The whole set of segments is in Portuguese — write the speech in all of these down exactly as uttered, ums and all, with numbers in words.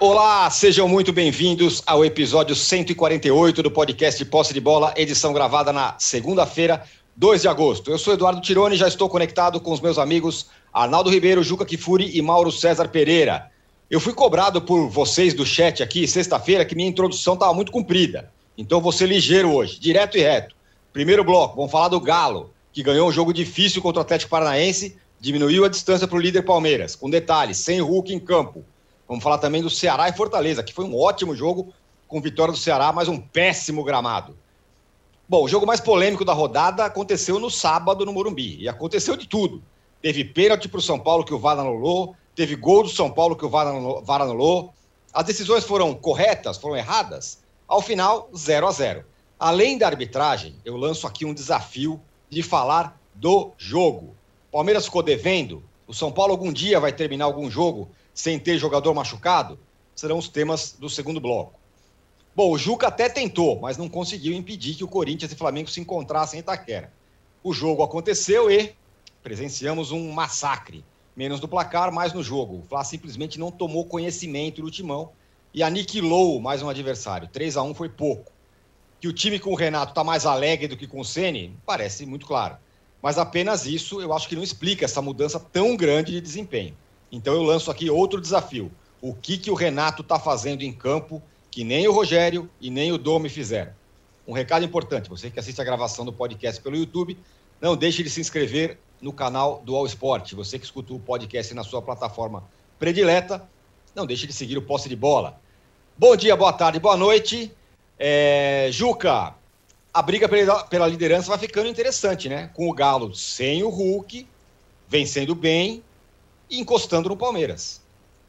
Olá, sejam muito bem-vindos ao episódio cento e quarenta e oito do podcast Posse de Bola, edição gravada na segunda-feira, dois de agosto. Eu sou Eduardo Tironi e já estou conectado com os meus amigos Arnaldo Ribeiro, Juca Kfouri e Mauro César Pereira. Eu fui cobrado por vocês do chat aqui, sexta-feira, que minha introdução estava muito comprida. Então eu vou ser ligeiro hoje, direto e reto. Primeiro bloco, vamos falar do Galo, que ganhou um jogo difícil contra o Atlético Paranaense, diminuiu a distância para o líder Palmeiras, com detalhes, sem Hulk em campo. Vamos falar também do Ceará e Fortaleza, que foi um ótimo jogo com vitória do Ceará, mas um péssimo gramado. Bom, o jogo mais polêmico da rodada aconteceu no sábado no Morumbi, e aconteceu de tudo. Teve pênalti para o São Paulo que o V A R anulou, teve gol do São Paulo que o V A R anulou. As decisões foram corretas, foram erradas? Ao final, zero a zero. Além da arbitragem, eu lanço aqui um desafio de falar do jogo. O Palmeiras ficou devendo? O São Paulo algum dia vai terminar algum jogo sem ter jogador machucado? Serão os temas do segundo bloco. Bom, o Juca até tentou, mas não conseguiu impedir que o Corinthians e o Flamengo se encontrassem em Itaquera. O jogo aconteceu e presenciamos um massacre. Menos no placar, mais no jogo. O Fla simplesmente não tomou conhecimento do timão e aniquilou mais um adversário. três a um foi pouco. Que o time com o Renato está mais alegre do que com o Ceni, parece muito claro. Mas apenas isso eu acho que não explica essa mudança tão grande de desempenho. Então eu lanço aqui outro desafio. O que, que o Renato está fazendo em campo que nem o Rogério e nem o Domi fizeram? Um recado importante, você que assiste a gravação do podcast pelo YouTube, não deixe de se inscrever no canal do All Sport. Você que escuta o podcast na sua plataforma predileta, não deixe de seguir o Posse de Bola. Bom dia, boa tarde, boa noite. É, Juca, a briga pela, pela liderança vai ficando interessante, né? Com o Galo sem o Hulk, vencendo bem e encostando no Palmeiras.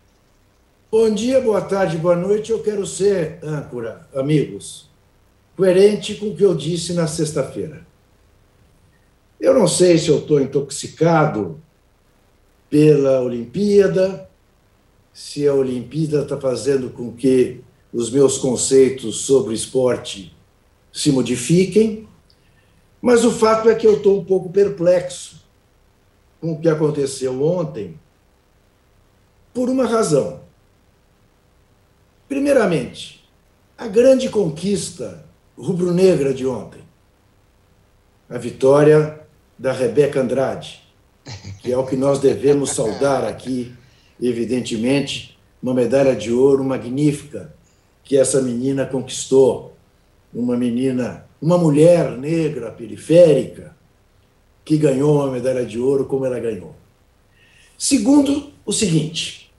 Bom dia, boa tarde, boa noite. Eu quero ser, âncora, amigos, coerente com o que eu disse na sexta-feira. Eu não sei se eu estou intoxicado pela Olimpíada, se a Olimpíada está fazendo com que os meus conceitos sobre esporte se modifiquem, mas o fato é que eu estou um pouco perplexo com o que aconteceu ontem, por uma razão. Primeiramente, a grande conquista rubro-negra de ontem, a vitória da Rebeca Andrade, que é o que nós devemos saudar aqui, evidentemente, uma medalha de ouro magnífica que essa menina conquistou, uma menina, uma mulher negra periférica que ganhou uma medalha de ouro como ela ganhou. Segundo, o seguinte,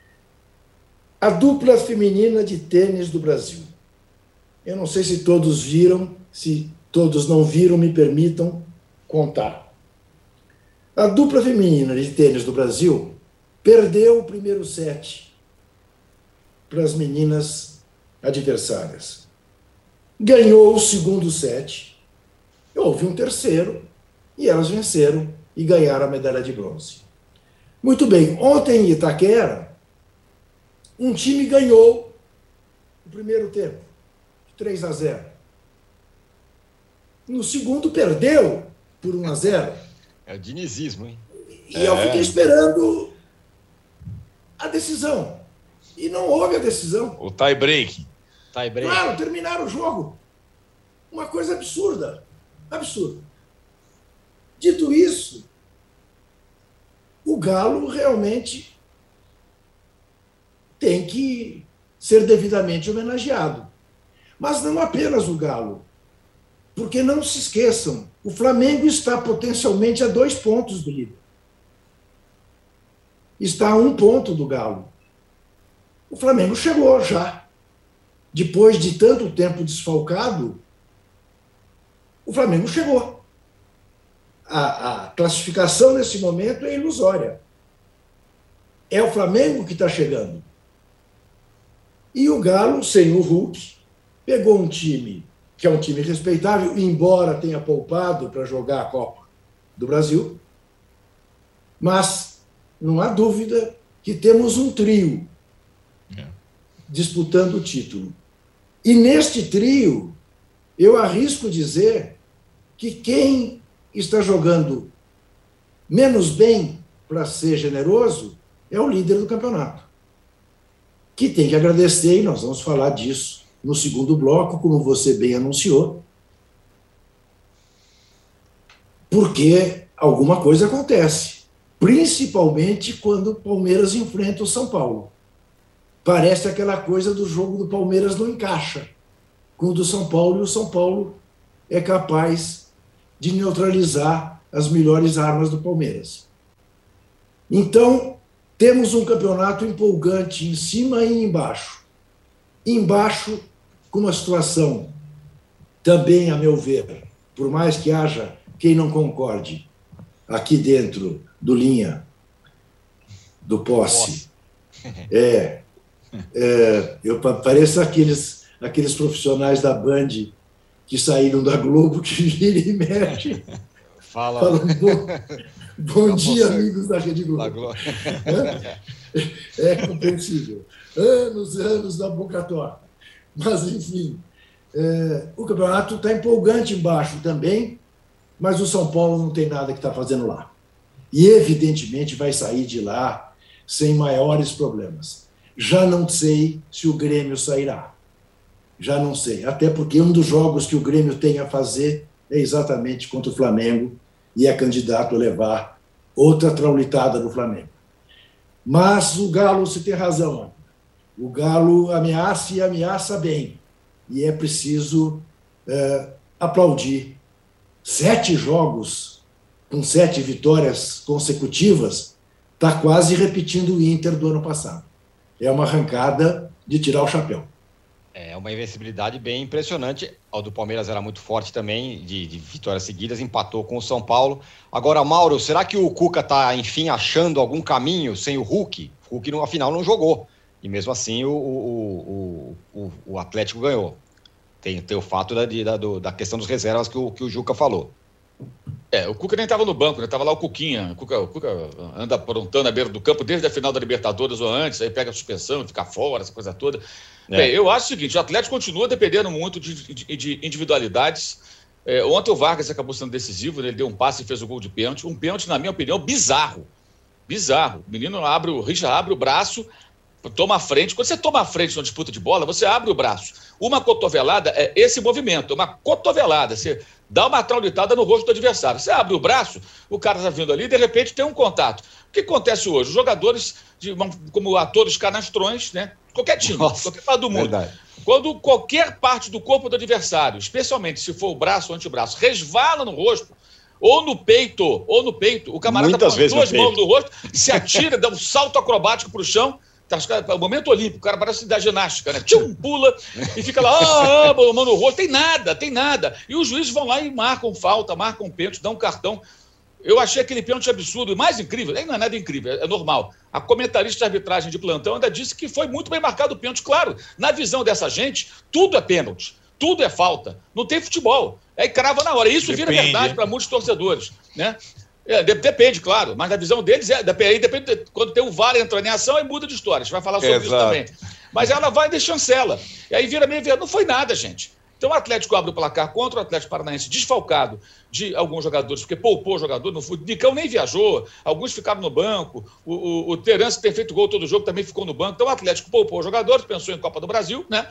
a dupla feminina de tênis do Brasil. Eu não sei se todos viram, se todos não viram, me permitam contar. A dupla feminina de tênis do Brasil perdeu o primeiro set para as meninas adversárias. Ganhou o segundo set, houve um terceiro, e elas venceram e ganharam a medalha de bronze. Muito bem, ontem em Itaquera, um time ganhou o primeiro tempo, três a zero. No segundo, perdeu por um a zero. É o dinizismo, hein? E é. eu fiquei esperando a decisão. E não houve a decisão. O tie-break. Tie-break. Claro, terminaram o jogo. Uma coisa absurda. Absurda. Dito isso, o Galo realmente tem que ser devidamente homenageado. Mas não apenas o Galo. Porque não se esqueçam, o Flamengo está potencialmente a dois pontos do líder. Está a um ponto do Galo. O Flamengo chegou já. Depois de tanto tempo desfalcado, o Flamengo chegou. A, a classificação nesse momento é ilusória. É o Flamengo que está chegando. E o Galo, sem o Hulk, pegou um time que é um time respeitável, embora tenha poupado para jogar a Copa do Brasil, mas não há dúvida que temos um trio é. disputando o título. E neste trio, eu arrisco dizer que quem está jogando menos bem, para ser generoso, é o líder do campeonato. que tem que agradecer, e nós vamos falar disso no segundo bloco, como você bem anunciou, porque alguma coisa acontece, principalmente quando o Palmeiras enfrenta o São Paulo. Parece aquela coisa do jogo do Palmeiras não encaixa com o do São Paulo, e o São Paulo é capaz de neutralizar as melhores armas do Palmeiras. Então, temos um campeonato empolgante em cima e embaixo. Embaixo, com uma situação também, a meu ver, por mais que haja quem não concorde, aqui dentro do Linha, do Posse, é, é, eu pareço aqueles, aqueles profissionais da Band que saíram da Globo, que vira e mexe. Fala. Falam, bom, bom dia, amigos da Rede Globo. É, é compreensível. Anos, anos da boca torta. Mas, enfim, é, o campeonato está empolgante embaixo também, mas o São Paulo não tem nada que está fazendo lá. E, evidentemente, vai sair de lá sem maiores problemas. Já não sei se o Grêmio sairá. Já não sei. Até porque um dos jogos que o Grêmio tem a fazer é exatamente contra o Flamengo, e é candidato a levar outra traulitada do Flamengo. Mas o Galo, você tem razão, o Galo ameaça e ameaça bem, e é preciso é, aplaudir. Sete jogos com sete vitórias consecutivas, está quase repetindo o Inter do ano passado. É uma arrancada de tirar o chapéu. É uma invencibilidade bem impressionante. O do Palmeiras era muito forte também, de, de vitórias seguidas, empatou com o São Paulo. Agora, Mauro, será que o Cuca está, enfim, achando algum caminho sem o Hulk? O Hulk, no, afinal, não jogou. E mesmo assim, o, o, o, o Atlético ganhou. Tem, tem o fato da, da, da questão dos reservas que o, que o Juca falou. É, o Cuca nem estava no banco, né? Tava lá o Cuquinha. O Cuca, o Cuca anda aprontando à beira do campo desde a final da Libertadores ou antes, aí pega a suspensão, fica fora, essa coisa toda. É. Bem, eu acho o seguinte, o Atlético continua dependendo muito de, de, de individualidades. É, ontem o Vargas acabou sendo decisivo, né? Ele deu um passe e fez o gol de pênalti. Um pênalti, na minha opinião, bizarro. Bizarro. O menino abre, o Richard abre o braço, toma a frente. Quando você toma a frente numa disputa de bola, você abre o braço. Uma cotovelada é esse movimento, uma cotovelada. Você dá uma traulitada no rosto do adversário. Você abre o braço, o cara está vindo ali, de repente tem um contato. O que acontece hoje? Os jogadores, de, como atores canastrões, né? Qualquer time, Nossa, qualquer parte do mundo. Verdade. Quando qualquer parte do corpo do adversário, especialmente se for o braço ou antebraço, resvala no rosto, ou no peito, ou no peito, o camarada põe duas mãos no rosto, se atira, dá um salto acrobático para o chão. O momento olímpico, o cara parece da ginástica, né? Tchum, pula e fica lá, ah, ah, mão no rosto, tem nada, tem nada. E os juízes vão lá e marcam falta, marcam pênalti, dão um cartão. Eu achei aquele pênalti absurdo. E mais incrível, não é nada incrível, é normal. A comentarista de arbitragem de plantão ainda disse que foi muito bem marcado o pênalti. Claro, na visão dessa gente, tudo é pênalti, tudo é falta. Não tem futebol. Aí crava na hora. E isso vira verdade para muitos torcedores, né? É, depende, claro, mas na visão deles, é, aí depende, quando tem o V A R entrando em ação, aí muda de história, a gente vai falar sobre Exato. Isso também. Mas ela vai de chancela, e aí vira meio, não foi nada, gente. Então o Atlético abre o placar contra o Atlético Paranaense, desfalcado de alguns jogadores, porque poupou jogador, no futebol. Nicão nem viajou, alguns ficaram no banco, o, o, o Terence, que tem feito gol todo jogo, também ficou no banco. Então o Atlético poupou jogadores, pensou em Copa do Brasil, né?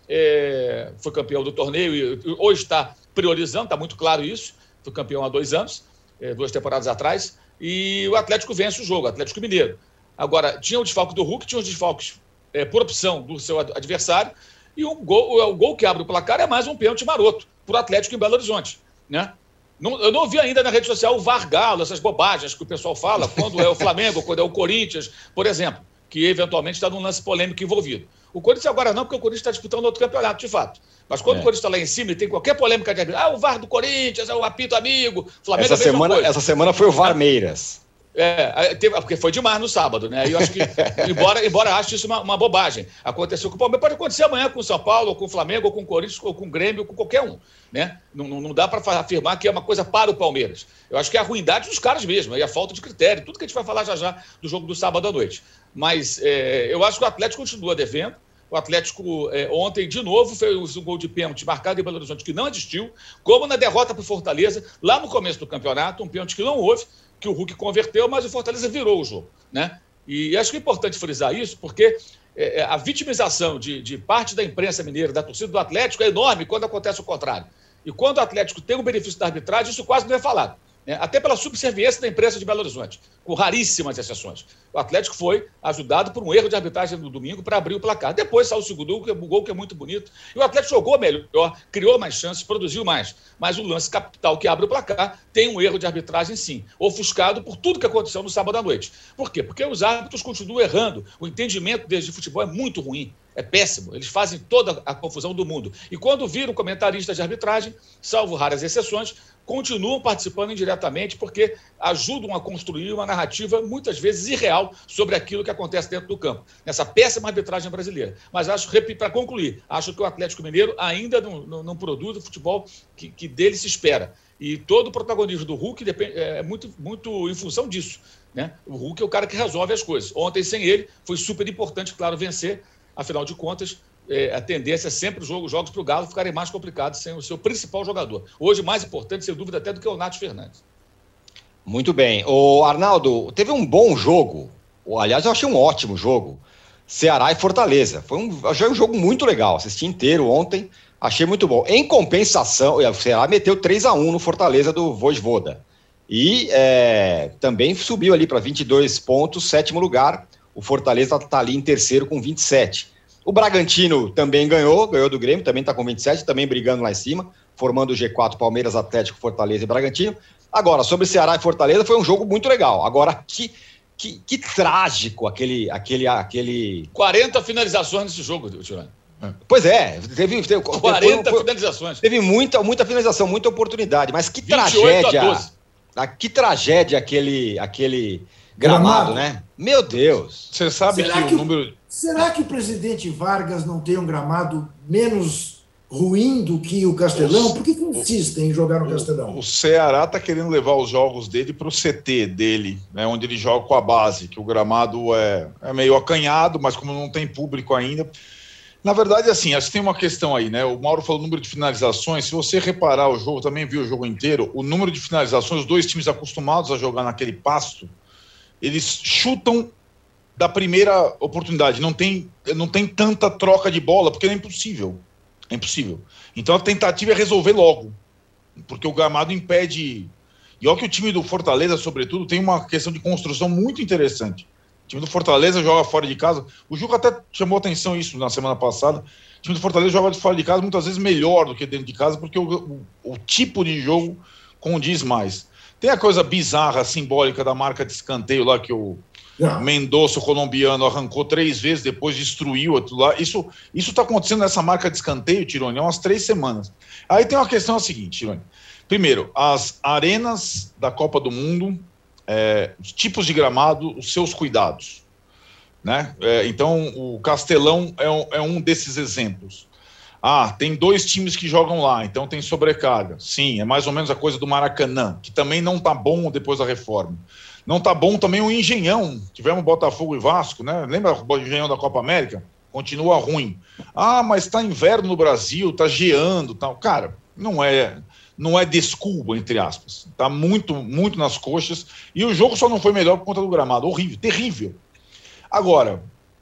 É, foi campeão do torneio e hoje está priorizando, está muito claro isso, foi campeão há dois anos. Duas temporadas atrás, e o Atlético vence o jogo, o Atlético Mineiro. Agora, tinha o desfalque do Hulk, tinha os desfalques é, por opção do seu adversário, e um gol, o gol que abre o placar é mais um pênalti maroto para o Atlético em Belo Horizonte, né? Não, eu não ouvi ainda na rede social o Vargalo, essas bobagens que o pessoal fala, quando é o Flamengo, quando é o Corinthians, por exemplo, que eventualmente está num lance polêmico envolvido. O Corinthians agora não, porque o Corinthians está disputando outro campeonato, de fato. Mas quando é. o Corinthians está lá em cima e tem qualquer polêmica de ah, o V A R do Corinthians, é o apito amigo, Flamengo essa é a semana, essa semana foi o Varmeiras. É, teve, porque foi demais no sábado, né? Eu acho que, embora, embora ache isso uma, uma bobagem, aconteceu com o Palmeiras, pode acontecer amanhã com o São Paulo, ou com o Flamengo, ou com o Corinthians, ou com o Grêmio, ou com qualquer um, né? Não, não, não dá para afirmar que é uma coisa para o Palmeiras. Eu acho que é a ruindade dos caras mesmo, e a falta de critério, tudo que a gente vai falar já já do jogo do sábado à noite. Mas é, eu acho que o Atlético continua devendo. O Atlético é, ontem, de novo, fez um gol de pênalti marcado em Belo Horizonte que não existiu, como na derrota para o Fortaleza, lá no começo do campeonato, um pênalti que não houve, que o Hulk converteu, mas o Fortaleza virou o jogo, né? E acho que é importante frisar isso, porque é, a vitimização de, de parte da imprensa mineira, da torcida do Atlético, é enorme quando acontece o contrário. E quando o Atlético tem o benefício da arbitragem, isso quase não é falado. Né? Até pela subserviência da imprensa de Belo Horizonte, com raríssimas exceções. O Atlético foi ajudado por um erro de arbitragem no domingo para abrir o placar. Depois saiu o segundo gol, que é muito bonito. E o Atlético jogou melhor, criou mais chances, produziu mais. Mas o lance capital que abre o placar tem um erro de arbitragem, sim, ofuscado por tudo que aconteceu no sábado à noite. Por quê? Porque os árbitros continuam errando. O entendimento deles de futebol é muito ruim. É péssimo, eles fazem toda a confusão do mundo. E quando viram comentaristas de arbitragem, salvo raras exceções, continuam participando indiretamente porque ajudam a construir uma narrativa muitas vezes irreal sobre aquilo que acontece dentro do campo, nessa péssima arbitragem brasileira. Mas acho, para concluir, acho que o Atlético Mineiro ainda não, não, não produz o futebol que, que dele se espera. E todo o protagonismo do Hulk depende, é muito, muito em função disso. Né? O Hulk é o cara que resolve as coisas. Ontem, sem ele, foi super importante, claro, vencer. Afinal de contas, é, a tendência é sempre os jogos, jogos para o Galo ficarem mais complicados sem o seu principal jogador. Hoje, mais importante, sem dúvida, até do que o Nath Fernandes. Muito bem. O Arnaldo, teve um bom jogo. Aliás, eu achei um ótimo jogo. Ceará e Fortaleza. Foi um, achei um jogo muito legal. Assisti inteiro ontem. Achei muito bom. Em compensação, o Ceará meteu três a um no Fortaleza do Vojvoda. E é, também subiu ali para vinte e dois pontos, sétimo lugar. O Fortaleza está ali em terceiro com vinte e sete. O Bragantino também ganhou, ganhou do Grêmio, também está com vinte e sete, também brigando lá em cima, formando o G quatro, Palmeiras, Atlético, Fortaleza e Bragantino. Agora, sobre Ceará e Fortaleza, foi um jogo muito legal. Agora, que, que, que trágico aquele, aquele, aquele... quarenta finalizações nesse jogo, Tirone. Pois é, teve, teve quarenta foi, finalizações. Teve muita, muita finalização, muita oportunidade, mas que tragédia. A que tragédia aquele, aquele gramado, gramado, né? Meu Deus. Você sabe será que, que o número. Será que o presidente Vargas não tem um gramado menos ruim do que o Castelão? Por que, que insistem em jogar no Castelão? O, o Ceará está querendo levar os jogos dele para o C T dele, né, onde ele joga com a base, que o gramado é, é meio acanhado, mas como não tem público ainda. Na verdade, assim, acho que tem uma questão aí, né? O Mauro falou o número de finalizações. Se você reparar o jogo, também viu o jogo inteiro, o número de finalizações, os dois times acostumados a jogar naquele pasto, eles chutam da primeira oportunidade. Não tem, não tem tanta troca de bola, porque é impossível. É impossível. Então a tentativa é resolver logo, porque o gramado impede. E olha que o time do Fortaleza, sobretudo, tem uma questão de construção muito interessante. O time do Fortaleza joga fora de casa. O Juca até chamou atenção isso na semana passada. O time do Fortaleza joga de fora de casa muitas vezes melhor do que dentro de casa, porque o, o, o tipo de jogo condiz mais. Tem a coisa bizarra, simbólica da marca de escanteio lá que o Mendonça, o colombiano, arrancou três vezes, depois destruiu aquilo lá. Isso está acontecendo nessa marca de escanteio, Tirone, há umas três semanas. Aí tem uma questão a seguinte, Tirone. Primeiro, as arenas da Copa do Mundo, é, os tipos de gramado, os seus cuidados. Né? É, então, o Castelão é um, é um desses exemplos. Ah, tem dois times que jogam lá, então tem sobrecarga. Sim, é mais ou menos a coisa do Maracanã, que também não está bom depois da reforma. Não está bom também o Engenhão. Tivemos Botafogo e Vasco, né? Lembra o Engenhão da Copa América? Continua ruim. Ah, mas está inverno no Brasil, está geando, tal. Cara, não é, não é desculpa, entre aspas. Está muito, muito nas coxas. E o jogo só não foi melhor por conta do gramado. Horrível, terrível. Agora,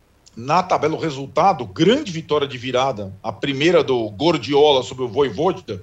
na tabela, o resultado, grande vitória de virada, a primeira do Gordiola sobre o Vojvoda,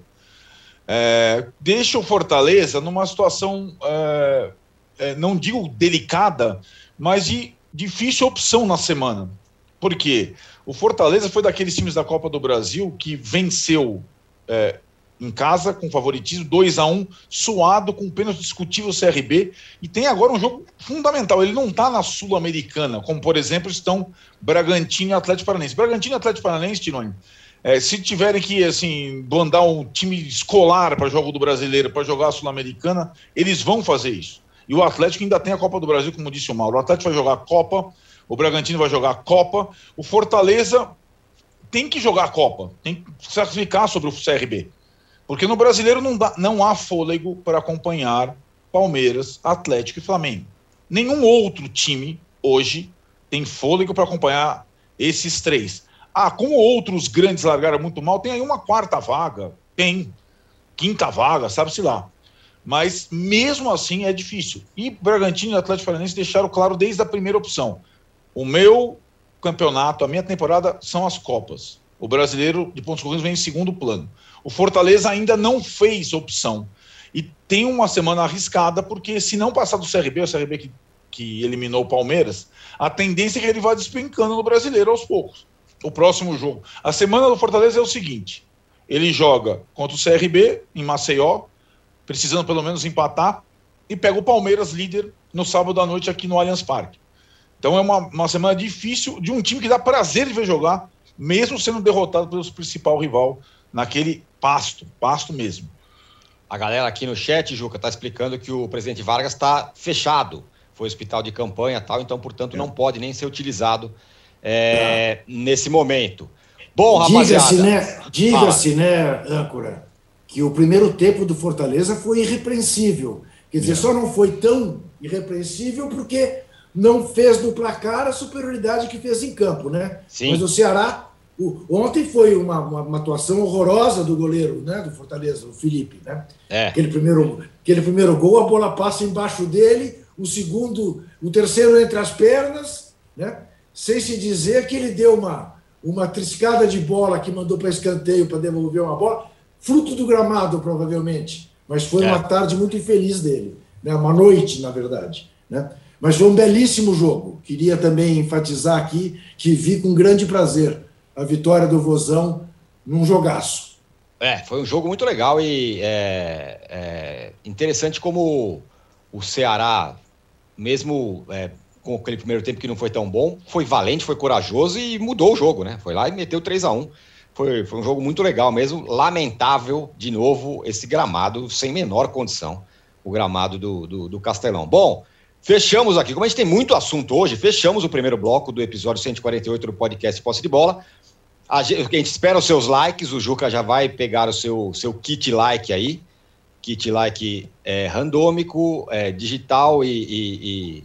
é, deixa o Fortaleza numa situação, é, é, não digo delicada, mas de difícil opção na semana. Por quê? O Fortaleza foi daqueles times da Copa do Brasil que venceu é, em casa, com favoritismo, dois a um, suado, com pênalti discutível C R B, e tem agora um jogo fundamental. Ele não está na Sul-Americana, como, por exemplo, estão Bragantino e Atlético Paranaense. Bragantino e Atlético Paranaense, Tirone, é, se tiverem que, assim, mandar um time escolar para jogo do Brasileiro, para jogar a Sul-Americana, eles vão fazer isso. E o Atlético ainda tem a Copa do Brasil, como disse o Mauro. O Atlético vai jogar a Copa, o Bragantino vai jogar a Copa, o Fortaleza tem que jogar a Copa, tem que sacrificar sobre o C R B. Porque no Brasileiro não, dá, não há fôlego para acompanhar Palmeiras, Atlético e Flamengo. Nenhum outro time hoje tem fôlego para acompanhar esses três. Ah, como outros grandes largaram muito mal, tem aí uma quarta vaga, tem quinta vaga, sabe-se lá. Mas mesmo assim é difícil. E Bragantino e Atlético Paranaense deixaram claro desde a primeira opção. O meu campeonato, a minha temporada são as Copas. O brasileiro de pontos corridos vem em segundo plano. O Fortaleza ainda não fez opção. E tem uma semana arriscada, porque se não passar do C R B, o C R B que, que eliminou o Palmeiras, a tendência é que ele vá despencando no brasileiro aos poucos. O próximo jogo. A semana do Fortaleza é o seguinte: ele joga contra o C R B em Maceió, precisando pelo menos empatar, e pega o Palmeiras líder no sábado à noite aqui no Allianz Parque. Então é uma, uma semana difícil de um time que dá prazer de ver jogar, mesmo sendo derrotado pelo principal rival naquele pasto, pasto mesmo. A galera aqui no chat, Juca, está explicando que o presidente Vargas está fechado. Foi hospital de campanha e tal, então, portanto, não pode nem ser utilizado é, nesse momento. Bom, rapaziada... Diga-se, né, diga-se, né, âncora, que o primeiro tempo do Fortaleza foi irrepreensível. Quer dizer, só não foi tão irrepreensível porque não fez no placar a superioridade que fez em campo, né? Sim. Mas o Ceará... O, ontem foi uma, uma, uma atuação horrorosa do goleiro, né, do Fortaleza, o Felipe, né? É. Aquele primeiro, aquele primeiro gol, a bola passa embaixo dele, o segundo, o terceiro entre as pernas, né? Sem se dizer que ele deu uma, uma triscada de bola que mandou para escanteio para devolver uma bola, fruto do gramado, provavelmente. Mas foi é. uma tarde muito infeliz dele, né? Uma noite, na verdade, né? Mas foi um belíssimo jogo. Queria também enfatizar aqui que vi com grande prazer a vitória do Vozão num jogaço. É, foi um jogo muito legal e é, é interessante como o Ceará, mesmo é, com aquele primeiro tempo que não foi tão bom, foi valente, foi corajoso e mudou o jogo, né? Foi lá e meteu três a um. Foi, foi um jogo muito legal mesmo. Lamentável, de novo, esse gramado sem menor condição, o gramado do, do, do Castelão. Bom, fechamos aqui. Como a gente tem muito assunto hoje, fechamos o primeiro bloco do episódio cento e quarenta e oito do podcast Posse de Bola. A gente, a gente espera os seus likes, o Juca já vai pegar o seu, seu kit like aí, kit like é, randômico, é, digital e, e, e,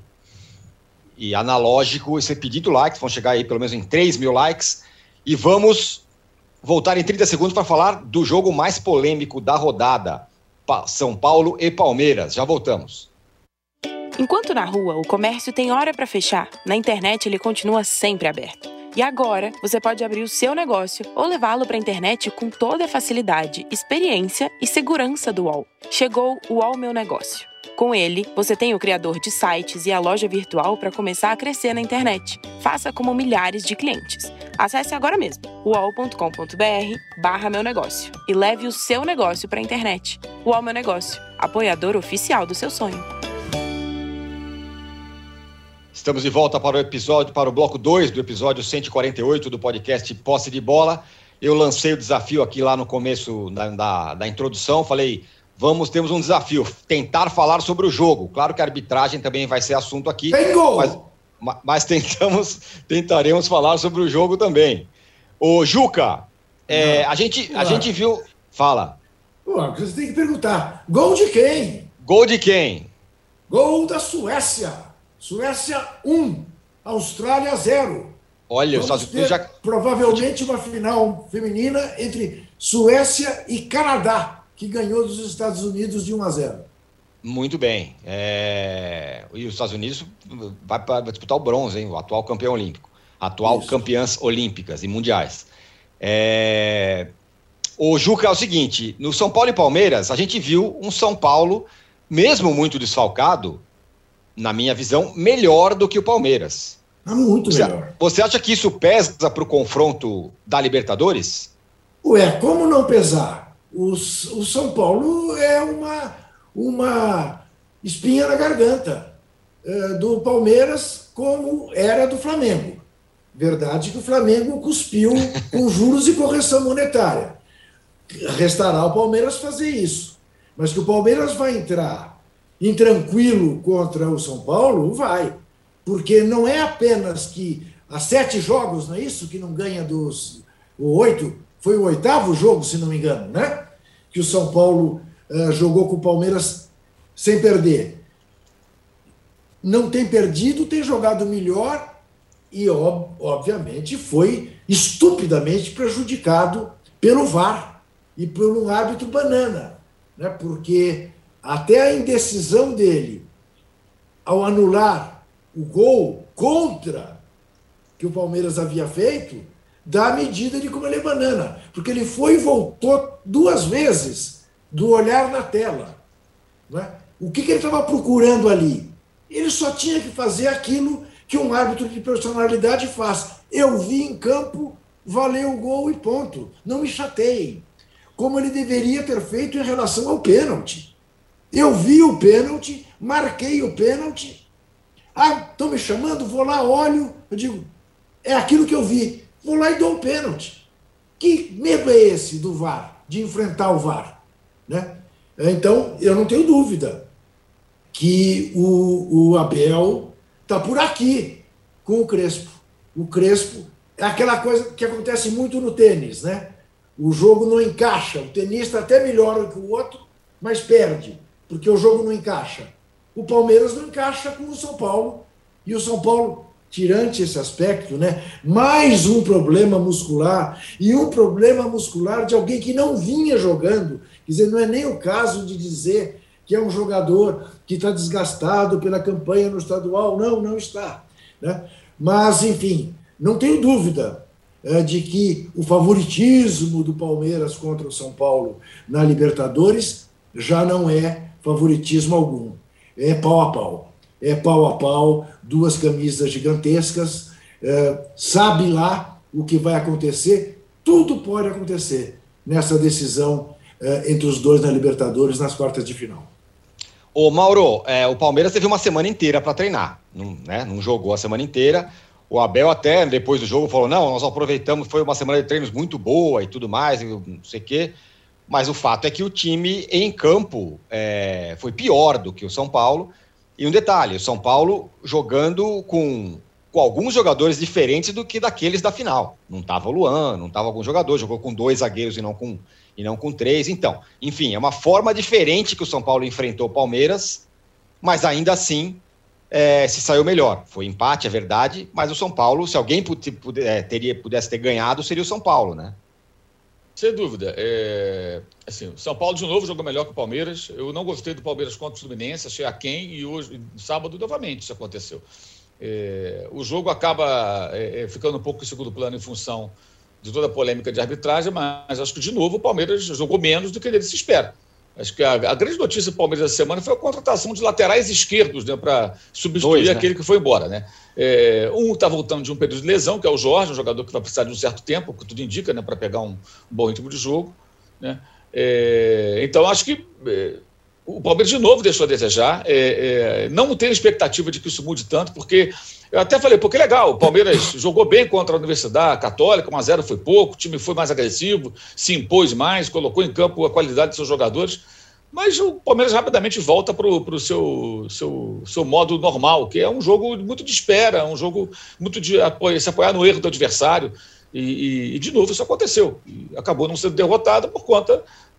e analógico, esse pedido likes, vão chegar aí pelo menos em três mil likes, e vamos voltar em trinta segundos para falar do jogo mais polêmico da rodada, São Paulo e Palmeiras. Já voltamos. Enquanto na rua o comércio tem hora para fechar, na internet ele continua sempre aberto. E agora, você pode abrir o seu negócio ou levá-lo para a internet com toda a facilidade, experiência e segurança do U O L. Chegou o U O L Meu Negócio. Com ele, você tem o criador de sites e a loja virtual para começar a crescer na internet. Faça como milhares de clientes. Acesse agora mesmo, uol.com.br barra meu negócio e leve o seu negócio para a internet. U O L Meu Negócio, apoiador oficial do seu sonho. Estamos de volta para o episódio, para o bloco dois do episódio cento e quarenta e oito do podcast Posse de Bola. Eu lancei o desafio aqui lá no começo da, da, da introdução, falei, vamos, temos um desafio, tentar falar sobre o jogo. Claro que a arbitragem também vai ser assunto aqui, mas, mas tentamos, tentaremos falar sobre o jogo também. Ô, Juca, é, a, gente, a gente viu... Fala. Pô, você tem que perguntar, gol de quem? Gol de quem? Gol da Suécia. Suécia um, Austrália zero. Olha, Vamos os Estados Unidos já... provavelmente uma final feminina entre Suécia e Canadá, que ganhou dos Estados Unidos de um a zero. Muito bem. É... E os Estados Unidos vai para disputar o bronze, hein? O atual campeão olímpico. Atual Isso. campeãs olímpicas e mundiais. É... O Juca, é o seguinte, no São Paulo e Palmeiras, a gente viu um São Paulo, mesmo muito desfalcado, na minha visão, melhor do que o Palmeiras. Ah, muito você, melhor. Você acha que isso pesa para o confronto da Libertadores? Ué, como não pesar? O, o São Paulo é uma, uma espinha na garganta é, do Palmeiras, como era do Flamengo. Verdade que o Flamengo cuspiu com juros e correção monetária. Restará ao Palmeiras fazer isso. Mas que o Palmeiras vai entrar intranquilo contra o São Paulo, vai. Porque não é apenas que há sete jogos, não é isso? Que não ganha dos o oito, foi o oitavo jogo, se não me engano, né? Que o São Paulo uh, jogou com o Palmeiras sem perder. Não tem perdido, tem jogado melhor e, ob- obviamente, foi estupidamente prejudicado pelo V A R e por um árbitro banana, né? Porque até a indecisão dele ao anular o gol contra que o Palmeiras havia feito dá a medida de como ele é banana. Porque ele foi e voltou duas vezes do olhar na tela. Não é? O que, que ele estava procurando ali? Ele só tinha que fazer aquilo que um árbitro de personalidade faz. Eu vi em campo, valeu o gol e ponto. Não me chateiem. Como ele deveria ter feito em relação ao pênalti. Eu vi o pênalti, marquei o pênalti. Ah, estão me chamando, vou lá, olho. Eu digo, é aquilo que eu vi. Vou lá e dou o pênalti. Que medo é esse do V A R, de enfrentar o V A R? Né? Então, eu não tenho dúvida que o, o Abel está por aqui com o Crespo. O Crespo é aquela coisa que acontece muito no tênis, né? O jogo não encaixa. O tenista até melhora que o outro, mas perde, porque o jogo não encaixa. O Palmeiras não encaixa com o São Paulo. E o São Paulo, tirante esse aspecto, né? Mais um problema muscular. E um problema muscular de alguém que não vinha jogando. Quer dizer, não é nem o caso de dizer que é um jogador que está desgastado pela campanha no estadual. Não, não está. Né? Mas, enfim, não tenho dúvida é, de que o favoritismo do Palmeiras contra o São Paulo na Libertadores já não é favoritismo algum. É pau a pau. É pau a pau, duas camisas gigantescas. É, sabe lá o que vai acontecer? Tudo pode acontecer nessa decisão é, entre os dois na Libertadores nas quartas de final. Ô Mauro, é, o Palmeiras teve uma semana inteira para treinar, não, né, não jogou a semana inteira. O Abel até, depois do jogo, falou, não, nós aproveitamos, foi uma semana de treinos muito boa e tudo mais, não sei o quê. Mas o fato é que o time em campo é, foi pior do que o São Paulo. E um detalhe, o São Paulo jogando com, com alguns jogadores diferentes do que daqueles da final. Não estava o Luan, não estava algum jogador, jogou com dois zagueiros e não com, e não com três. Então, enfim, é uma forma diferente que o São Paulo enfrentou o Palmeiras, mas ainda assim é, se saiu melhor. Foi empate, é verdade, mas o São Paulo, se alguém puder, teria, pudesse ter ganhado, seria o São Paulo, né? Sem dúvida. É, assim, o São Paulo, de novo, jogou melhor que o Palmeiras. Eu não gostei do Palmeiras contra o Fluminense, achei aquém, e hoje, sábado, novamente, isso aconteceu. É, o jogo acaba é, ficando um pouco em segundo plano em função de toda a polêmica de arbitragem, mas acho que, de novo, o Palmeiras jogou menos do que ele se espera. Acho que a, a grande notícia do Palmeiras essa semana foi a contratação de laterais esquerdos, né, para substituir Dois, né? aquele que foi embora. Né? É, um está voltando de um período de lesão, que é o Jorge, um jogador que vai precisar de um certo tempo, que tudo indica, né, para pegar um, um bom ritmo de jogo. Né? É, então, acho que é, o Palmeiras, de novo, deixou a desejar. É, é, não tenho expectativa de que isso mude tanto, porque eu até falei, pô, que legal, o Palmeiras jogou bem contra a Universidade Católica, um a zero foi pouco, o time foi mais agressivo, se impôs mais, colocou em campo a qualidade de seus jogadores, mas o Palmeiras rapidamente volta para o seu, seu, seu modo normal, que é um jogo muito de espera, um jogo muito de apoio, se apoiar no erro do adversário, e, e, e de novo isso aconteceu, e acabou não sendo derrotado por conta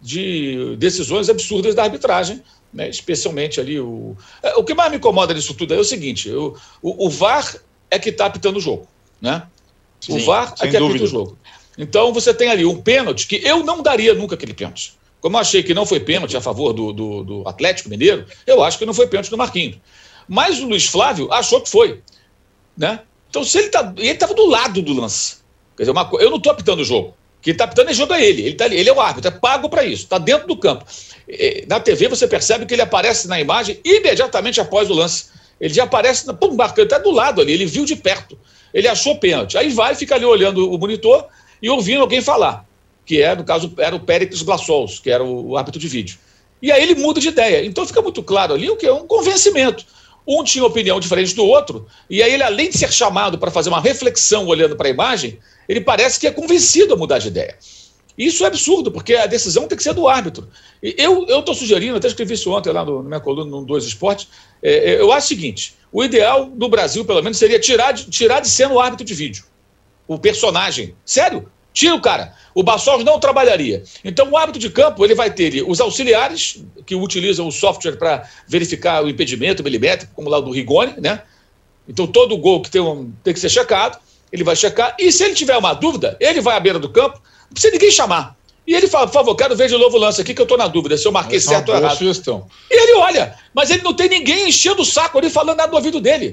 de decisões absurdas da arbitragem, né, especialmente ali o... O que mais me incomoda nisso tudo é o seguinte, o, o, o V A R é que está apitando o jogo, né? Sim, o V A R é que apita o jogo. Então você tem ali um pênalti que eu não daria nunca aquele pênalti. Como eu achei que não foi pênalti a favor do, do, do Atlético Mineiro, eu acho que não foi pênalti do Marquinhos. Mas o Luiz Flávio achou que foi, né? Então se ele tá, ele estava do lado do lance. Quer dizer, uma, eu não estou apitando o jogo. Quem está apitando é jogo é ele. Ele, tá ali, ele é o árbitro, é pago para isso, está dentro do campo. Na T V você percebe que ele aparece na imagem imediatamente após o lance. Ele já aparece, pum, marcando, está do lado ali, ele viu de perto. Ele achou pênalti. Aí vai, fica ali olhando o monitor e ouvindo alguém falar, que é, no caso, era o Péricles Blassols, que era o árbitro de vídeo. E aí ele muda de ideia. Então fica muito claro ali o que é um convencimento. Um tinha opinião diferente do outro, e aí ele, além de ser chamado para fazer uma reflexão olhando para a imagem, ele parece que é convencido a mudar de ideia. Isso é absurdo, porque a decisão tem que ser do árbitro. Eu estou sugerindo, até escrevi isso ontem lá no, na minha coluna no Dois Esportes, é, eu acho o seguinte, o ideal no Brasil, pelo menos, seria tirar de, tirar de cena o árbitro de vídeo, o personagem. Sério? Tira o cara. O Bassols não trabalharia. Então, o árbitro de campo, ele vai ter os auxiliares, que utilizam o software para verificar o impedimento milimétrico, como lá o do Rigoni, né? Então, todo gol que tem, um, tem que ser checado, ele vai checar. E se ele tiver uma dúvida, ele vai à beira do campo, não precisa ninguém chamar. E ele fala, por favor, quero ver de novo o lance aqui, que eu estou na dúvida, se eu marquei certo ou errado. Sugestão. E ele olha, mas ele não tem ninguém enchendo o saco ali, falando nada no ouvido dele.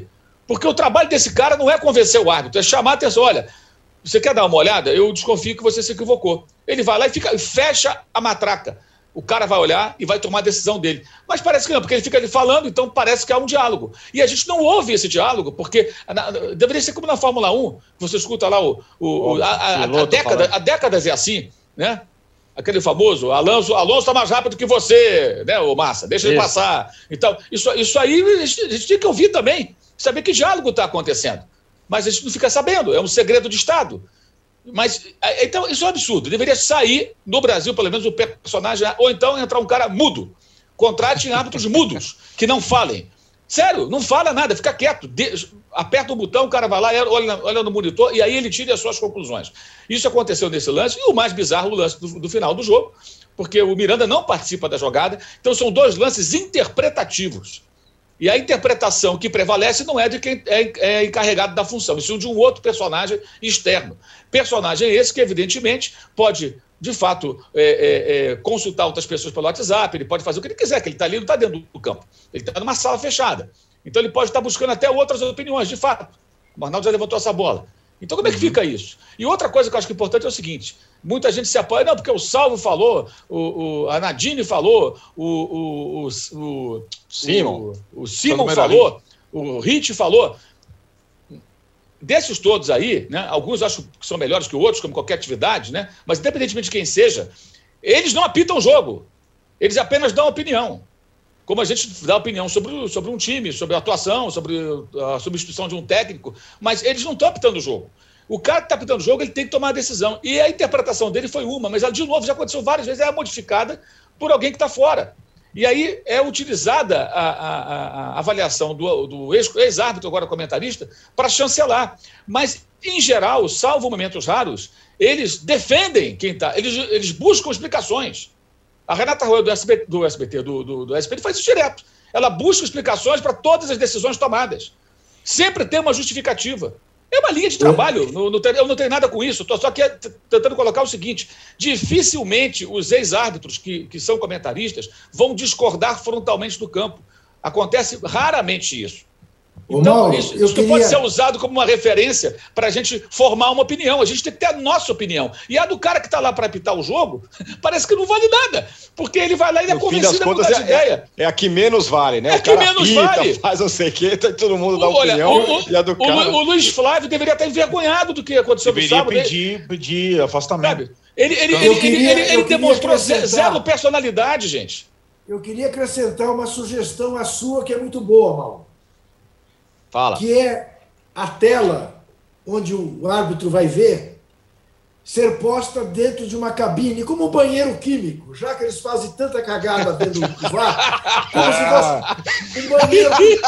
Porque o trabalho desse cara não é convencer o árbitro, é chamar a atenção. Olha, você quer dar uma olhada? Eu desconfio que você se equivocou. Ele vai lá e fica, fecha a matraca. O cara vai olhar e vai tomar a decisão dele. Mas parece que não, porque ele fica ali falando, então parece que há um diálogo. E a gente não ouve esse diálogo, porque na, deveria ser como na Fórmula um, você escuta lá o, o, a, a, a, década, há décadas é assim, né? Aquele famoso, Alonso está mais rápido que você, né, ô Massa? Deixa ele passar. Então, isso, isso aí a gente, a gente tem que ouvir também, saber que diálogo está acontecendo. Mas a gente não fica sabendo, é um segredo de Estado. Mas, então, isso é um absurdo. Deveria sair no Brasil, pelo menos, o personagem, ou então entrar um cara mudo. Contratem árbitros mudos, que não falem. Sério, não fala nada, fica quieto. De, aperta o botão, o cara vai lá, olha, olha no monitor, e aí ele tira as suas conclusões. Isso aconteceu nesse lance, e o mais bizarro, o lance do, do final do jogo, porque o Miranda não participa da jogada, então são dois lances interpretativos. E a interpretação que prevalece não é de quem é, é encarregado da função, isso é de um outro personagem externo. Personagem esse que, evidentemente, pode, de fato, é, é, é, consultar outras pessoas pelo WhatsApp, ele pode fazer o que ele quiser, que ele está ali, não está dentro do campo. Ele está numa sala fechada. Então ele pode estar buscando até outras opiniões, de fato. O Arnaldo já levantou essa bola. Então como é que fica isso? E outra coisa que eu acho que é importante é o seguinte, muita gente se apoia, não, porque o Salvo falou, o, o, a Nadine falou, o, o, o, o Simon, o, o Simon falou, o Rich falou. Desses todos aí, né, alguns acho que são melhores que outros, como qualquer atividade, né, mas independentemente de quem seja, eles não apitam o jogo, eles apenas dão opinião. Como a gente dá opinião sobre, sobre um time, sobre a atuação, sobre a substituição de um técnico, mas eles não estão apitando o jogo. O cara que está apitando o jogo, ele tem que tomar a decisão. E a interpretação dele foi uma, mas ela, de novo, já aconteceu várias vezes, ela é modificada por alguém que está fora. E aí é utilizada a, a, a avaliação do, do ex-árbitro, agora comentarista, para chancelar. Mas, em geral, salvo momentos raros, eles defendem quem está, eles, eles buscam explicações. A Renata Roya do S B T, do, S B T, do, do, do S B T faz isso direto. Ela busca explicações para todas as decisões tomadas. Sempre tem uma justificativa. É uma linha de trabalho. Não, não tem, eu não tenho nada com isso. Estou só aqui tentando colocar o seguinte. Dificilmente os ex-árbitros que, que são comentaristas vão discordar frontalmente do campo. Acontece raramente isso. Então, Mauro, isso, isso queria... pode ser usado como uma referência para a gente formar uma opinião. A gente tem que ter a nossa opinião. E a do cara que está lá para apitar o jogo, parece que não vale nada. Porque ele vai lá e ele é convencido a mudar de ideia. É, é a que menos vale, né? É a que menos apita, vale. Faz não sei o quê, todo mundo dá Olha, opinião. O, o, e a do o, cara... o Luiz Flávio deveria estar envergonhado do que aconteceu deveria no sábado. Pedir, pedir afastamento. Sabe? Ele, ele, ele, queria, ele, ele demonstrou zero personalidade, gente. Eu queria acrescentar uma sugestão à sua que é muito boa, Mauro. Fala. Que é a tela onde o árbitro vai ver ser posta dentro de uma cabine, como um banheiro químico, já que eles fazem tanta cagada dentro do V A R, como se fosse um banheiro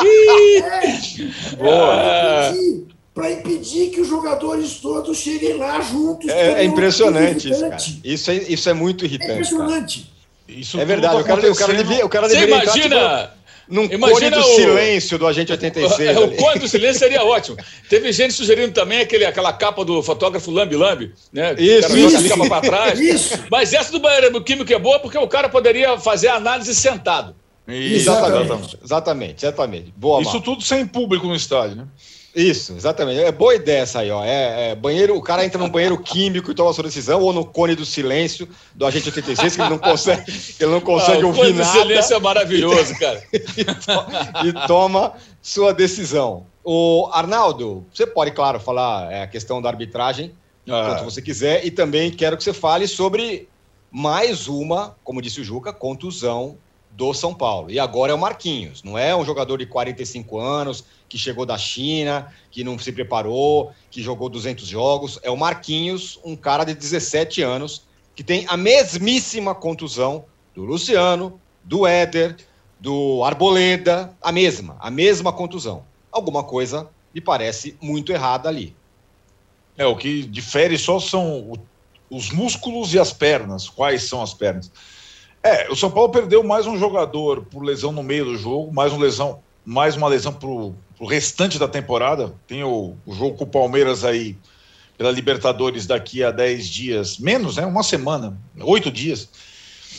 químico. É, para impedir, impedir que os jogadores todos cheguem lá juntos. É, é impressionante isso, cara. Isso é, isso é muito irritante. É impressionante. Isso é verdade. O cara, o cara devia, o cara Você deveria imagina... entrar, tipo, num Imagina cone do o... silêncio do Agente oitenta e seis. É, o cone do silêncio seria ótimo. Teve gente sugerindo também aquele, aquela capa do fotógrafo Lambi Lambi, né? Isso, o cara isso. joga a capa para trás. Isso. Mas essa do banheiro químico é boa porque o cara poderia fazer a análise sentado. Exatamente. Exatamente, exatamente. Boa, Isso Marcos. tudo sem público no estádio, né? Isso, exatamente. É boa ideia essa aí, ó. É, é banheiro, o cara entra num banheiro químico e toma a sua decisão, ou no cone do silêncio do Agente oitenta e seis, que ele não consegue, ele não consegue ah, ouvir nada. O cone do silêncio é maravilhoso, cara. e, to, e toma sua decisão. O Arnaldo, você pode, claro, falar é, a questão da arbitragem, ah. quanto você quiser, e também quero que você fale sobre mais uma, como disse o Juca, contusão do São Paulo. E agora é o Marquinhos, não é um jogador de quarenta e cinco anos, que chegou da China, que não se preparou, que jogou duzentos jogos. É o Marquinhos, um cara de dezessete anos, que tem a mesmíssima contusão do Luciano, do Éder, do Arboleda, a mesma, a mesma contusão. Alguma coisa me parece muito errada ali. É, o que difere só são os músculos e as pernas. Quais são as pernas? É, o São Paulo perdeu mais um jogador por lesão no meio do jogo, mais, um lesão, mais uma lesão para o restante da temporada. Tem o, o jogo com o Palmeiras aí pela Libertadores daqui a dez dias, menos, né? Uma semana, oito dias.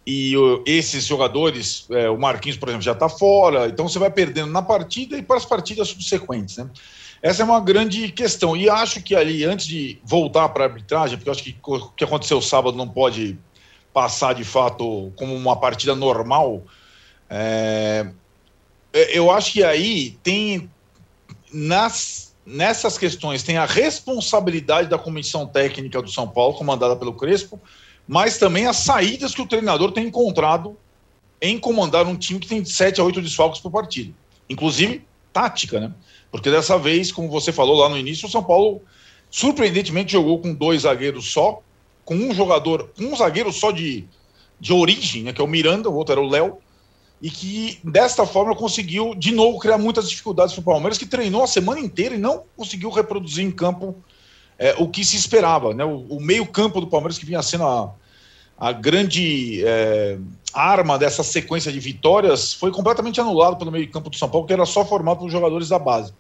e uh, esses jogadores, é, o Marquinhos, por exemplo, já está fora, então você vai perdendo na partida e para as partidas subsequentes, né? Essa é uma grande questão, e acho que ali, antes de voltar para a arbitragem, porque eu acho que o que aconteceu sábado não pode passar de fato como uma partida normal, é, eu acho que aí tem, nas, nessas questões, tem a responsabilidade da comissão técnica do São Paulo, comandada pelo Crespo, mas também as saídas que o treinador tem encontrado em comandar um time que tem sete a oito desfalques por partida, inclusive tática, né? Porque dessa vez, como você falou lá no início, o São Paulo surpreendentemente jogou com dois zagueiros só, com um jogador, com um zagueiro só de, de origem, né, que é o Miranda, o outro era o Léo, e que desta forma conseguiu de novo criar muitas dificuldades para o Palmeiras, que treinou a semana inteira e não conseguiu reproduzir em campo é, o que se esperava, né? O, o meio campo do Palmeiras, que vinha sendo a, a grande é, arma dessa sequência de vitórias, foi completamente anulado pelo meio campo do São Paulo, que era só formado por jogadores da base.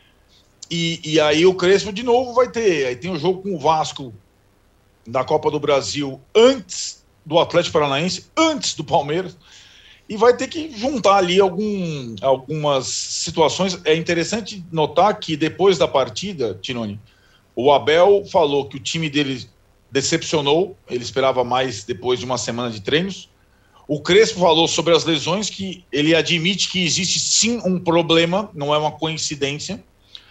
E, e aí o Crespo de novo vai ter, aí tem o jogo com o Vasco da Copa do Brasil antes do Atlético Paranaense, antes do Palmeiras, e vai ter que juntar ali algum, algumas situações. É interessante notar que depois da partida, Tironi, o Abel falou que o time dele decepcionou, ele esperava mais depois de uma semana de treinos. O Crespo falou sobre as lesões, que ele admite que existe sim um problema, não é uma coincidência.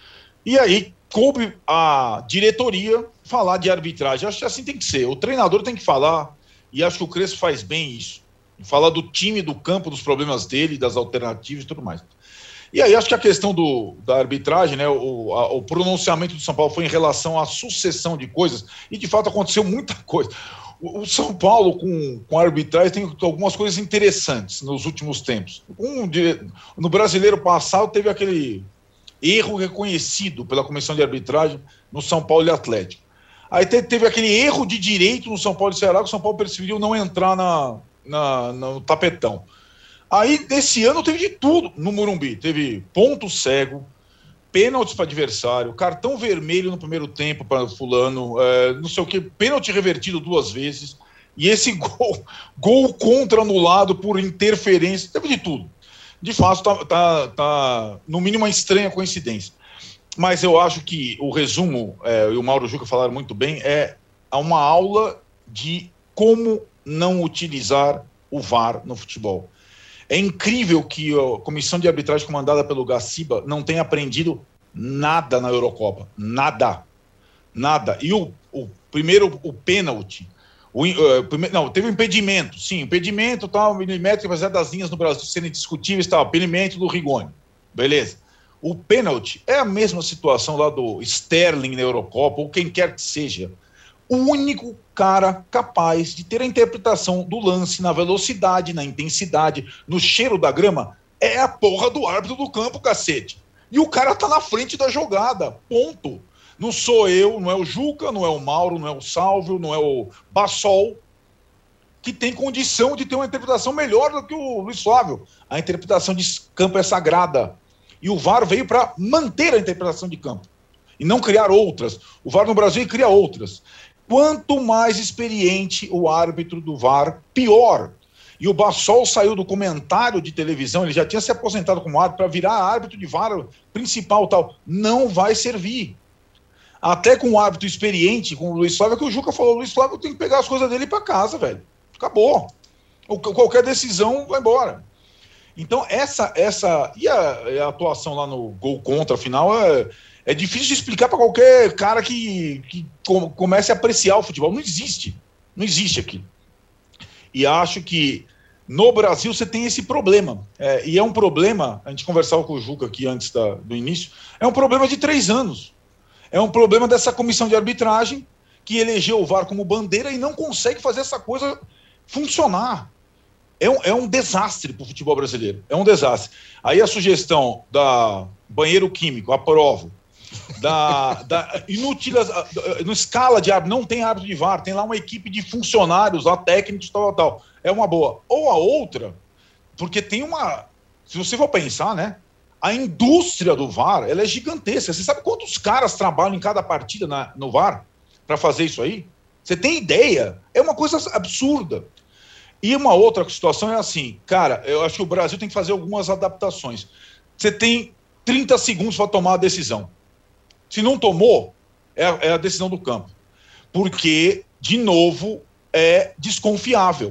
E aí coube a diretoria falar de arbitragem. Acho que assim tem que ser. O treinador tem que falar, e acho que o Crespo faz bem isso. Falar do time, do campo, dos problemas dele, das alternativas e tudo mais. E aí acho que a questão do, da arbitragem, né, o, a, o pronunciamento do São Paulo foi em relação à sucessão de coisas, e de fato aconteceu muita coisa. O, o São Paulo com, com a arbitragem tem algumas coisas interessantes nos últimos tempos. Um de, no Brasileiro passado teve aquele erro reconhecido pela comissão de arbitragem no São Paulo e Atlético. Aí teve, teve aquele erro de direito no São Paulo e Ceará, que o São Paulo preferiu não entrar na, na, no tapetão. Aí, nesse ano, teve de tudo no Morumbi. Teve ponto cego, pênaltis para adversário, cartão vermelho no primeiro tempo para fulano, é, não sei o que, pênalti revertido duas vezes, e esse gol, gol contra anulado por interferência, teve de tudo. De fato, tá, tá, tá no mínimo uma estranha coincidência. Mas eu acho que o resumo, é, e o Mauro Juca falaram muito bem, é uma aula de como não utilizar o V A R no futebol. É incrível que a comissão de arbitragem comandada pelo Gaciba não tenha aprendido nada na Eurocopa. Nada. Nada. E o, o primeiro, o pênalti, o, uh, prime, não, teve um impedimento, sim, impedimento, tal, milimétrico, apesar das linhas no Brasil serem discutíveis, tal, impedimento do Rigoni. Beleza. O pênalti é a mesma situação lá do Sterling na Eurocopa, ou quem quer que seja. O único cara capaz de ter a interpretação do lance na velocidade, na intensidade, no cheiro da grama, é a porra do árbitro do campo, cacete. E o cara tá na frente da jogada, ponto. Não sou eu, não é o Juca, não é o Mauro, não é o Sálvio, não é o Bassol, que tem condição de ter uma interpretação melhor do que o Luiz Flávio. A interpretação de campo é sagrada. E o V A R veio para manter a interpretação de campo e não criar outras. O V A R no Brasil cria outras. Quanto mais experiente o árbitro do V A R, pior. E o Bassol saiu do comentário de televisão, ele já tinha se aposentado como árbitro para virar árbitro de V A R principal tal. Não vai servir. Até com um árbitro experiente, com o Luiz Flávio, que o Juca falou, o Luiz Flávio tem que pegar as coisas dele para casa, velho. Acabou. Qualquer decisão vai embora. Então, essa... essa e a, a atuação lá no gol contra, final, é... É difícil de explicar para qualquer cara que, que comece a apreciar o futebol. Não existe. Não existe aqui. E acho que no Brasil você tem esse problema. É, e é um problema, a gente conversava com o Juca aqui antes da, do início, é um problema de três anos. É um problema dessa comissão de arbitragem que elegeu o V A R como bandeira e não consegue fazer essa coisa funcionar. É um, é um desastre para o futebol brasileiro. É um desastre. Aí a sugestão da banheiro químico, aprovo. Da, da inútil, no escala de árbitro, não tem árbitro de V A R, tem lá uma equipe de funcionários, lá técnicos, tal, tal, é uma boa. Ou a outra, porque tem uma, se você for pensar, né, a indústria do V A R, ela é gigantesca. Você sabe quantos caras trabalham em cada partida na, no V A R para fazer isso aí? Você tem ideia? É uma coisa absurda. E uma outra situação é assim, cara, eu acho que o Brasil tem que fazer algumas adaptações. Você tem trinta segundos para tomar a decisão. Se não tomou, é, é a decisão do campo. Porque, de novo, é desconfiável.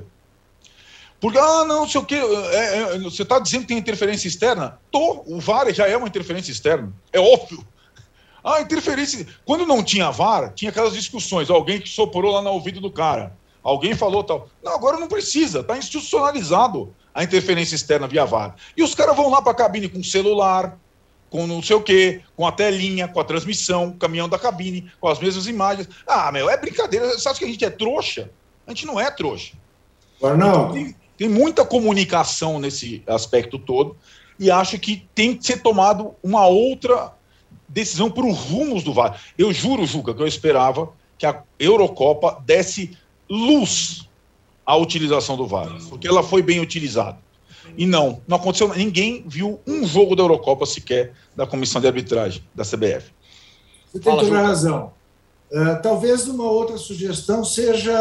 Porque, ah, não, sei o quê, é, é, você está dizendo que tem interferência externa? Tô, o V A R já é uma interferência externa, é óbvio. Ah, interferência... Quando não tinha V A R, tinha aquelas discussões, alguém que soprou lá no ouvido do cara, alguém falou tal. Não, agora não precisa, está institucionalizado a interferência externa via V A R. E os caras vão lá para a cabine com celular, com não sei o quê, com a telinha, com a transmissão, caminhão da cabine, com as mesmas imagens. Ah, meu, é brincadeira. Você acha que a gente é trouxa? A gente não é trouxa. Arnaldo. Então, tem, tem muita comunicação nesse aspecto todo e acho que tem que ser tomado uma outra decisão para os rumos do V A R. Eu juro, Juca, que eu esperava que a Eurocopa desse luz à utilização do V A R, porque ela foi bem utilizada. E não, não aconteceu, ninguém viu um jogo da Eurocopa sequer da comissão de arbitragem da C B F. Você tem toda a razão. Uh, talvez uma outra sugestão seja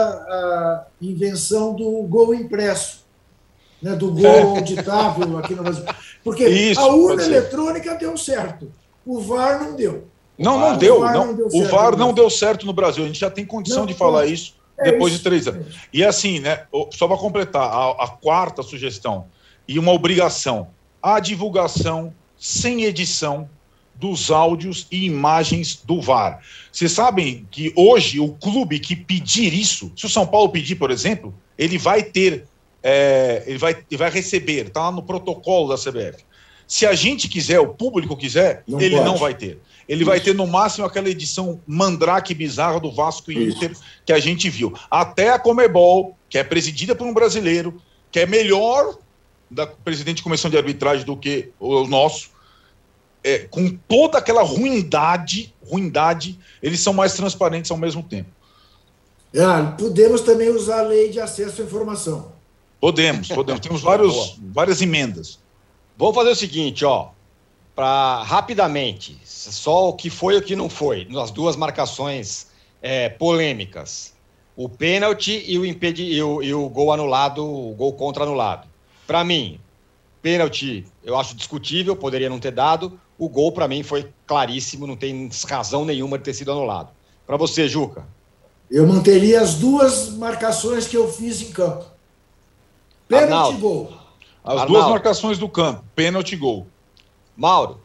a invenção do gol impresso, né, do gol auditável aqui no Brasil. Porque Isso, a urna eletrônica deu certo, o V A R não deu. Não, não deu. Não, o V A R não deu certo no Brasil. A gente já tem condição não, de falar isso é depois isso, de três anos. É e assim, né, só para completar, a, a quarta sugestão e uma obrigação, a divulgação sem edição dos áudios e imagens do V A R. Vocês sabem que hoje o clube que pedir isso, se o São Paulo pedir, por exemplo, ele vai ter, é, ele, vai, ele vai receber, está lá no protocolo da C B F. Se a gente quiser, o público quiser, não ele pode. Não vai ter. Ele isso. vai ter no máximo aquela edição mandrake bizarra do Vasco e Inter isso. que a gente viu. Até a Conmebol, que é presidida por um brasileiro, que é melhor da presidente de comissão de arbitragem do que o nosso, é, com toda aquela ruindade, ruindade, eles são mais transparentes ao mesmo tempo. Ah, podemos também usar a lei de acesso à informação. Podemos, podemos. Temos vários, várias emendas. Vamos fazer o seguinte, ó, para rapidamente, só o que foi e o que não foi, nas duas marcações é, polêmicas, o pênalti e o, impedi e o, e o gol anulado, o gol contra anulado. Para mim, pênalti eu acho discutível, poderia não ter dado. O gol, para mim, foi claríssimo, não tem razão nenhuma de ter sido anulado. Para você, Juca? Eu manteria as duas marcações que eu fiz em campo. Pênalti e gol. As Arnaldo. duas marcações do campo, pênalti e gol. Mauro?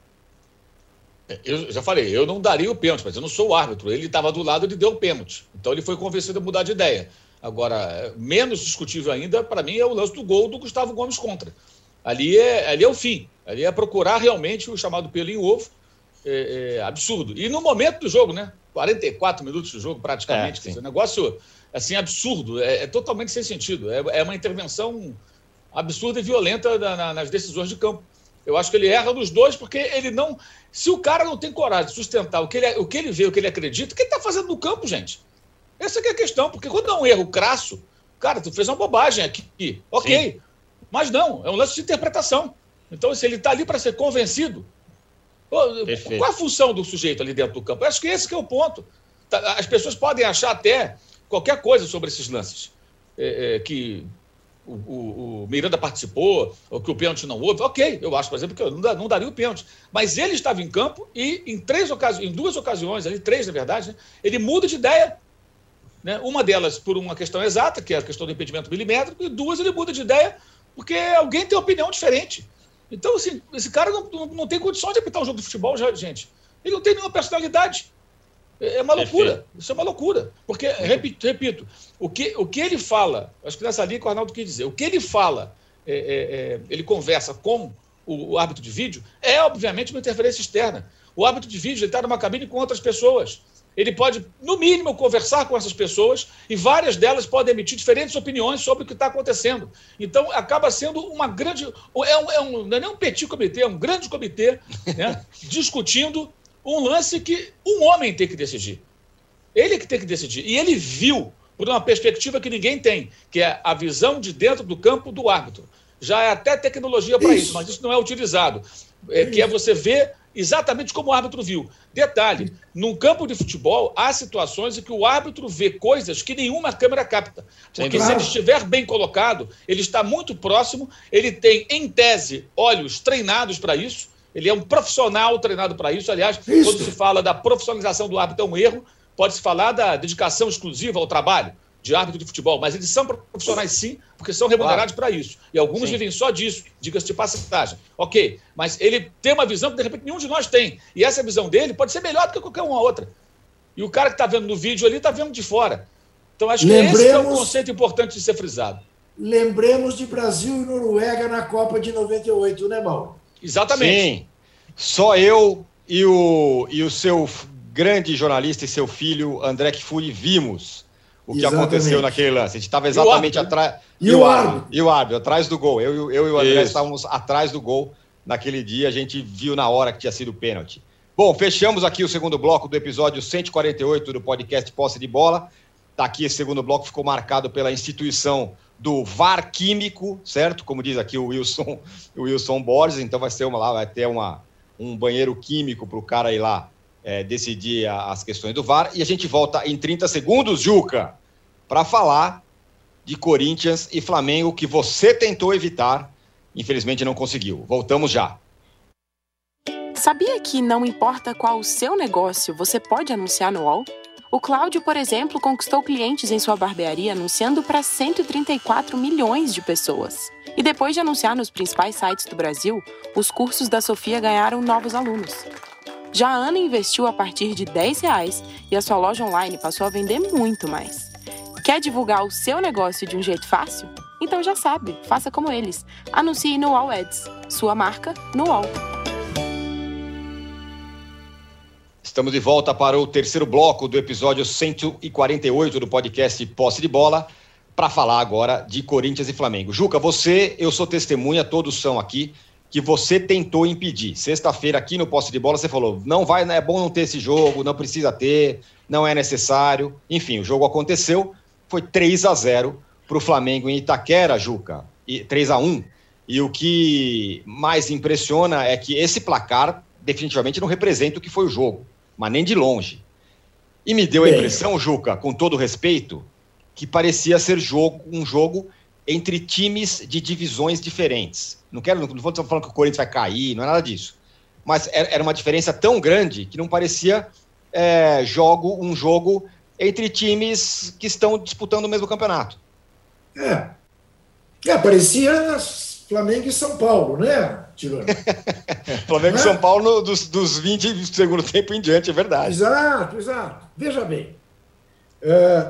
Eu já falei, eu não daria o pênalti, mas eu não sou o árbitro. Ele estava do lado, ele deu o pênalti. Então ele foi convencido a mudar de ideia. Agora, menos discutível ainda, para mim, é o lance do gol do Gustavo Gomes contra. Ali é, ali é o fim. Ali é procurar realmente o chamado pelo em ovo. É, é absurdo. E no momento do jogo, né? quarenta e quatro minutos de jogo, praticamente. É, esse negócio, assim, absurdo. É, é totalmente sem sentido. É, é uma intervenção absurda e violenta na, na, nas decisões de campo. Eu acho que ele erra nos dois, porque ele não... Se o cara não tem coragem de sustentar o que ele, o que ele vê, o que ele acredita, o que ele está fazendo no campo, gente? Essa que é a questão, porque quando é um erro crasso, cara, tu fez uma bobagem aqui, ok, sim. Mas não, é um lance de interpretação. Então, se ele está ali para ser convencido, Perfeito. Qual é a função do sujeito ali dentro do campo? Eu acho que esse que é o ponto. As pessoas podem achar até qualquer coisa sobre esses lances, é, é, que o, o, o Miranda participou, ou que o pênalti não houve, ok, eu acho, por exemplo, que eu não, não daria o pênalti. Mas ele estava em campo e em, três ocasi- em duas ocasiões, ali, três na verdade, né, ele muda de ideia. Né? Uma delas por uma questão exata, que é a questão do impedimento milimétrico, e duas ele muda de ideia porque alguém tem opinião diferente. Então, assim, esse cara não, não, não tem condições de apitar um jogo de futebol, já, gente. Ele não tem nenhuma personalidade. É, é uma loucura. Perfeito. Isso é uma loucura. Porque, repito, repito o, que, o que ele fala, acho que nessa linha que o Arnaldo quis dizer, o que ele fala, é, é, é, ele conversa com o, o árbitro de vídeo, é, obviamente, uma interferência externa. O árbitro de vídeo está numa cabine com outras pessoas. Ele pode, no mínimo, conversar com essas pessoas e várias delas podem emitir diferentes opiniões sobre o que está acontecendo. Então, acaba sendo uma grande... É um, é um, não é nem um petit comitê, é um grande comitê, né, discutindo um lance que um homem tem que decidir. Ele que tem que decidir. E ele viu, por uma perspectiva que ninguém tem, que é a visão de dentro do campo do árbitro. Já é até tecnologia para isso. isso, mas isso não é utilizado. É, que é você ver exatamente como o árbitro viu. Detalhe, num campo de futebol, há situações em que o árbitro vê coisas que nenhuma câmera capta. Porque claro. se ele estiver bem colocado, ele está muito próximo, ele tem, em tese, olhos treinados para isso, ele é um profissional treinado para isso. Aliás, isso. Quando se fala da profissionalização do árbitro, é um erro, pode-se falar da dedicação exclusiva ao trabalho de árbitro de futebol, mas eles são profissionais sim, porque são remunerados claro. para isso. E alguns sim. vivem só disso, diga-se de passagem. Ok, mas ele tem uma visão que de repente nenhum de nós tem. E essa visão dele pode ser melhor do que qualquer uma outra. E o cara que está vendo no vídeo ali está vendo de fora. Então acho Lembremos... que esse é um conceito importante de ser frisado. Lembremos de Brasil e Noruega na Copa de noventa e oito, né, Mauro? Exatamente. Sim, só eu e o, e o seu grande jornalista e seu filho, André Kfouri, vimos o que exatamente. aconteceu naquele lance. A gente estava exatamente atrás... E, e o árbitro? E o árbitro, atrás do gol. Eu, eu e o André Isso. estávamos atrás do gol naquele dia. A gente viu na hora que tinha sido pênalti. Bom, fechamos aqui o segundo bloco do episódio cento e quarenta e oito do podcast Posse de Bola. Tá aqui, esse segundo bloco ficou marcado pela instituição do V A R químico, certo? Como diz aqui o Wilson, o Wilson Borges. Então vai ser uma lá, vai ter uma, um banheiro químico para o cara ir lá É, decidir as questões do V A R. E a gente volta em trinta segundos, Juca, para falar de Corinthians e Flamengo, que você tentou evitar, infelizmente não conseguiu. Voltamos já. Sabia que não importa qual o seu negócio, você pode anunciar no U O L? O Cláudio, por exemplo, conquistou clientes em sua barbearia anunciando para cento e trinta e quatro milhões de pessoas. E depois de anunciar nos principais sites do Brasil, os cursos da Sofia ganharam novos alunos. Já a Ana investiu a partir de dez reais e a sua loja online passou a vender muito mais. Quer divulgar o seu negócio de um jeito fácil? Então já sabe, faça como eles. Anuncie no U O L Ads. Sua marca no U O L. Estamos de volta para o terceiro bloco do episódio cento e quarenta e oito do podcast Posse de Bola, para falar agora de Corinthians e Flamengo. Juca, você, eu sou testemunha, todos são aqui, que você tentou impedir. Sexta-feira aqui no Posse de Bola você falou, não vai, é bom não ter esse jogo, não precisa ter, não é necessário. Enfim, o jogo aconteceu, foi três a zero para o Flamengo em Itaquera, Juca, e três a um. E o que mais impressiona é que esse placar definitivamente não representa o que foi o jogo, mas nem de longe. E me deu a impressão, Juca, com todo respeito, que parecia ser jogo, um jogo entre times de divisões diferentes. Não quero, não estou falando que o Corinthians vai cair, não é nada disso. Mas era uma diferença tão grande que não parecia é, jogo, um jogo entre times que estão disputando o mesmo campeonato. É, é parecia Flamengo e São Paulo, né, Tirone? Flamengo e São Paulo dos, dos vinte do segundo tempo em diante, é verdade. Exato, exato. Veja bem, é,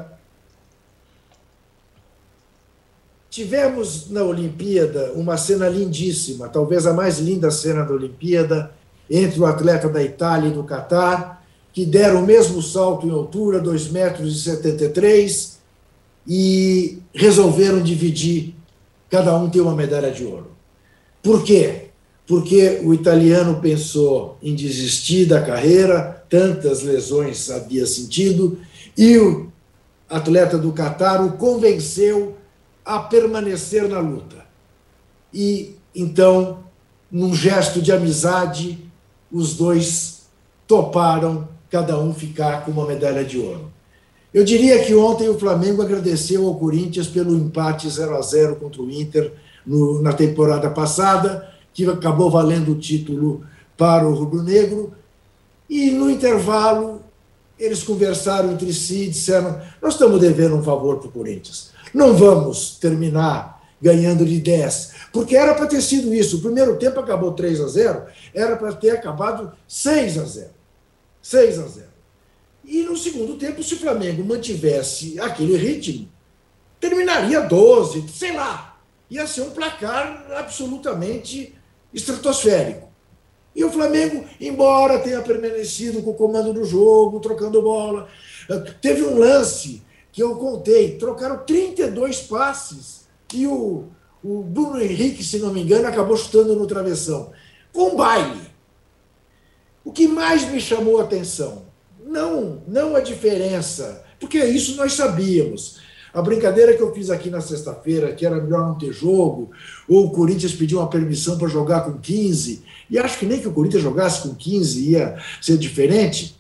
tivemos na Olimpíada uma cena lindíssima, talvez a mais linda cena da Olimpíada, entre o atleta da Itália e do Catar, que deram o mesmo salto em altura, dois metros e setenta e três, e resolveram dividir, cada um ter uma medalha de ouro. Por quê? Porque o italiano pensou em desistir da carreira, tantas lesões havia sentido, e o atleta do Catar o convenceu a permanecer na luta. E, então, num gesto de amizade, os dois toparam cada um ficar com uma medalha de ouro. Eu diria que ontem o Flamengo agradeceu ao Corinthians pelo empate zero a zero contra o Inter no, na temporada passada, que acabou valendo o título para o rubro-negro, e no intervalo eles conversaram entre si e disseram, nós estamos devendo um favor para o Corinthians, não vamos terminar ganhando de dez, porque era para ter sido isso, o primeiro tempo acabou três a zero, era para ter acabado seis a zero. seis a zero. E no segundo tempo, se o Flamengo mantivesse aquele ritmo, terminaria doze, sei lá, ia ser um placar absolutamente estratosférico. E o Flamengo, embora tenha permanecido com o comando do jogo, trocando bola, teve um lance que eu contei, trocaram trinta e dois passes e o, o Bruno Henrique, se não me engano, acabou chutando no travessão. Com baile. O que mais me chamou a atenção, não, não a diferença, porque isso nós sabíamos. A brincadeira que eu fiz aqui na sexta-feira, que era melhor não ter jogo, ou o Corinthians pediu uma permissão para jogar com quinze, e acho que nem que o Corinthians jogasse com quinze ia ser diferente,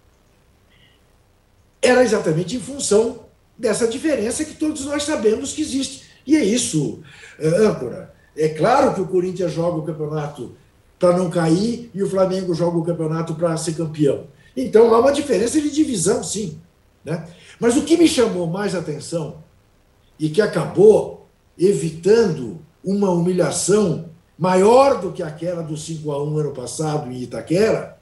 era exatamente em função dessa diferença que todos nós sabemos que existe. E é isso, âncora. É claro que o Corinthians joga o campeonato para não cair e o Flamengo joga o campeonato para ser campeão. Então há uma diferença de divisão, sim, né? Mas o que me chamou mais atenção e que acabou evitando uma humilhação maior do que aquela do cinco a um ano passado em Itaquera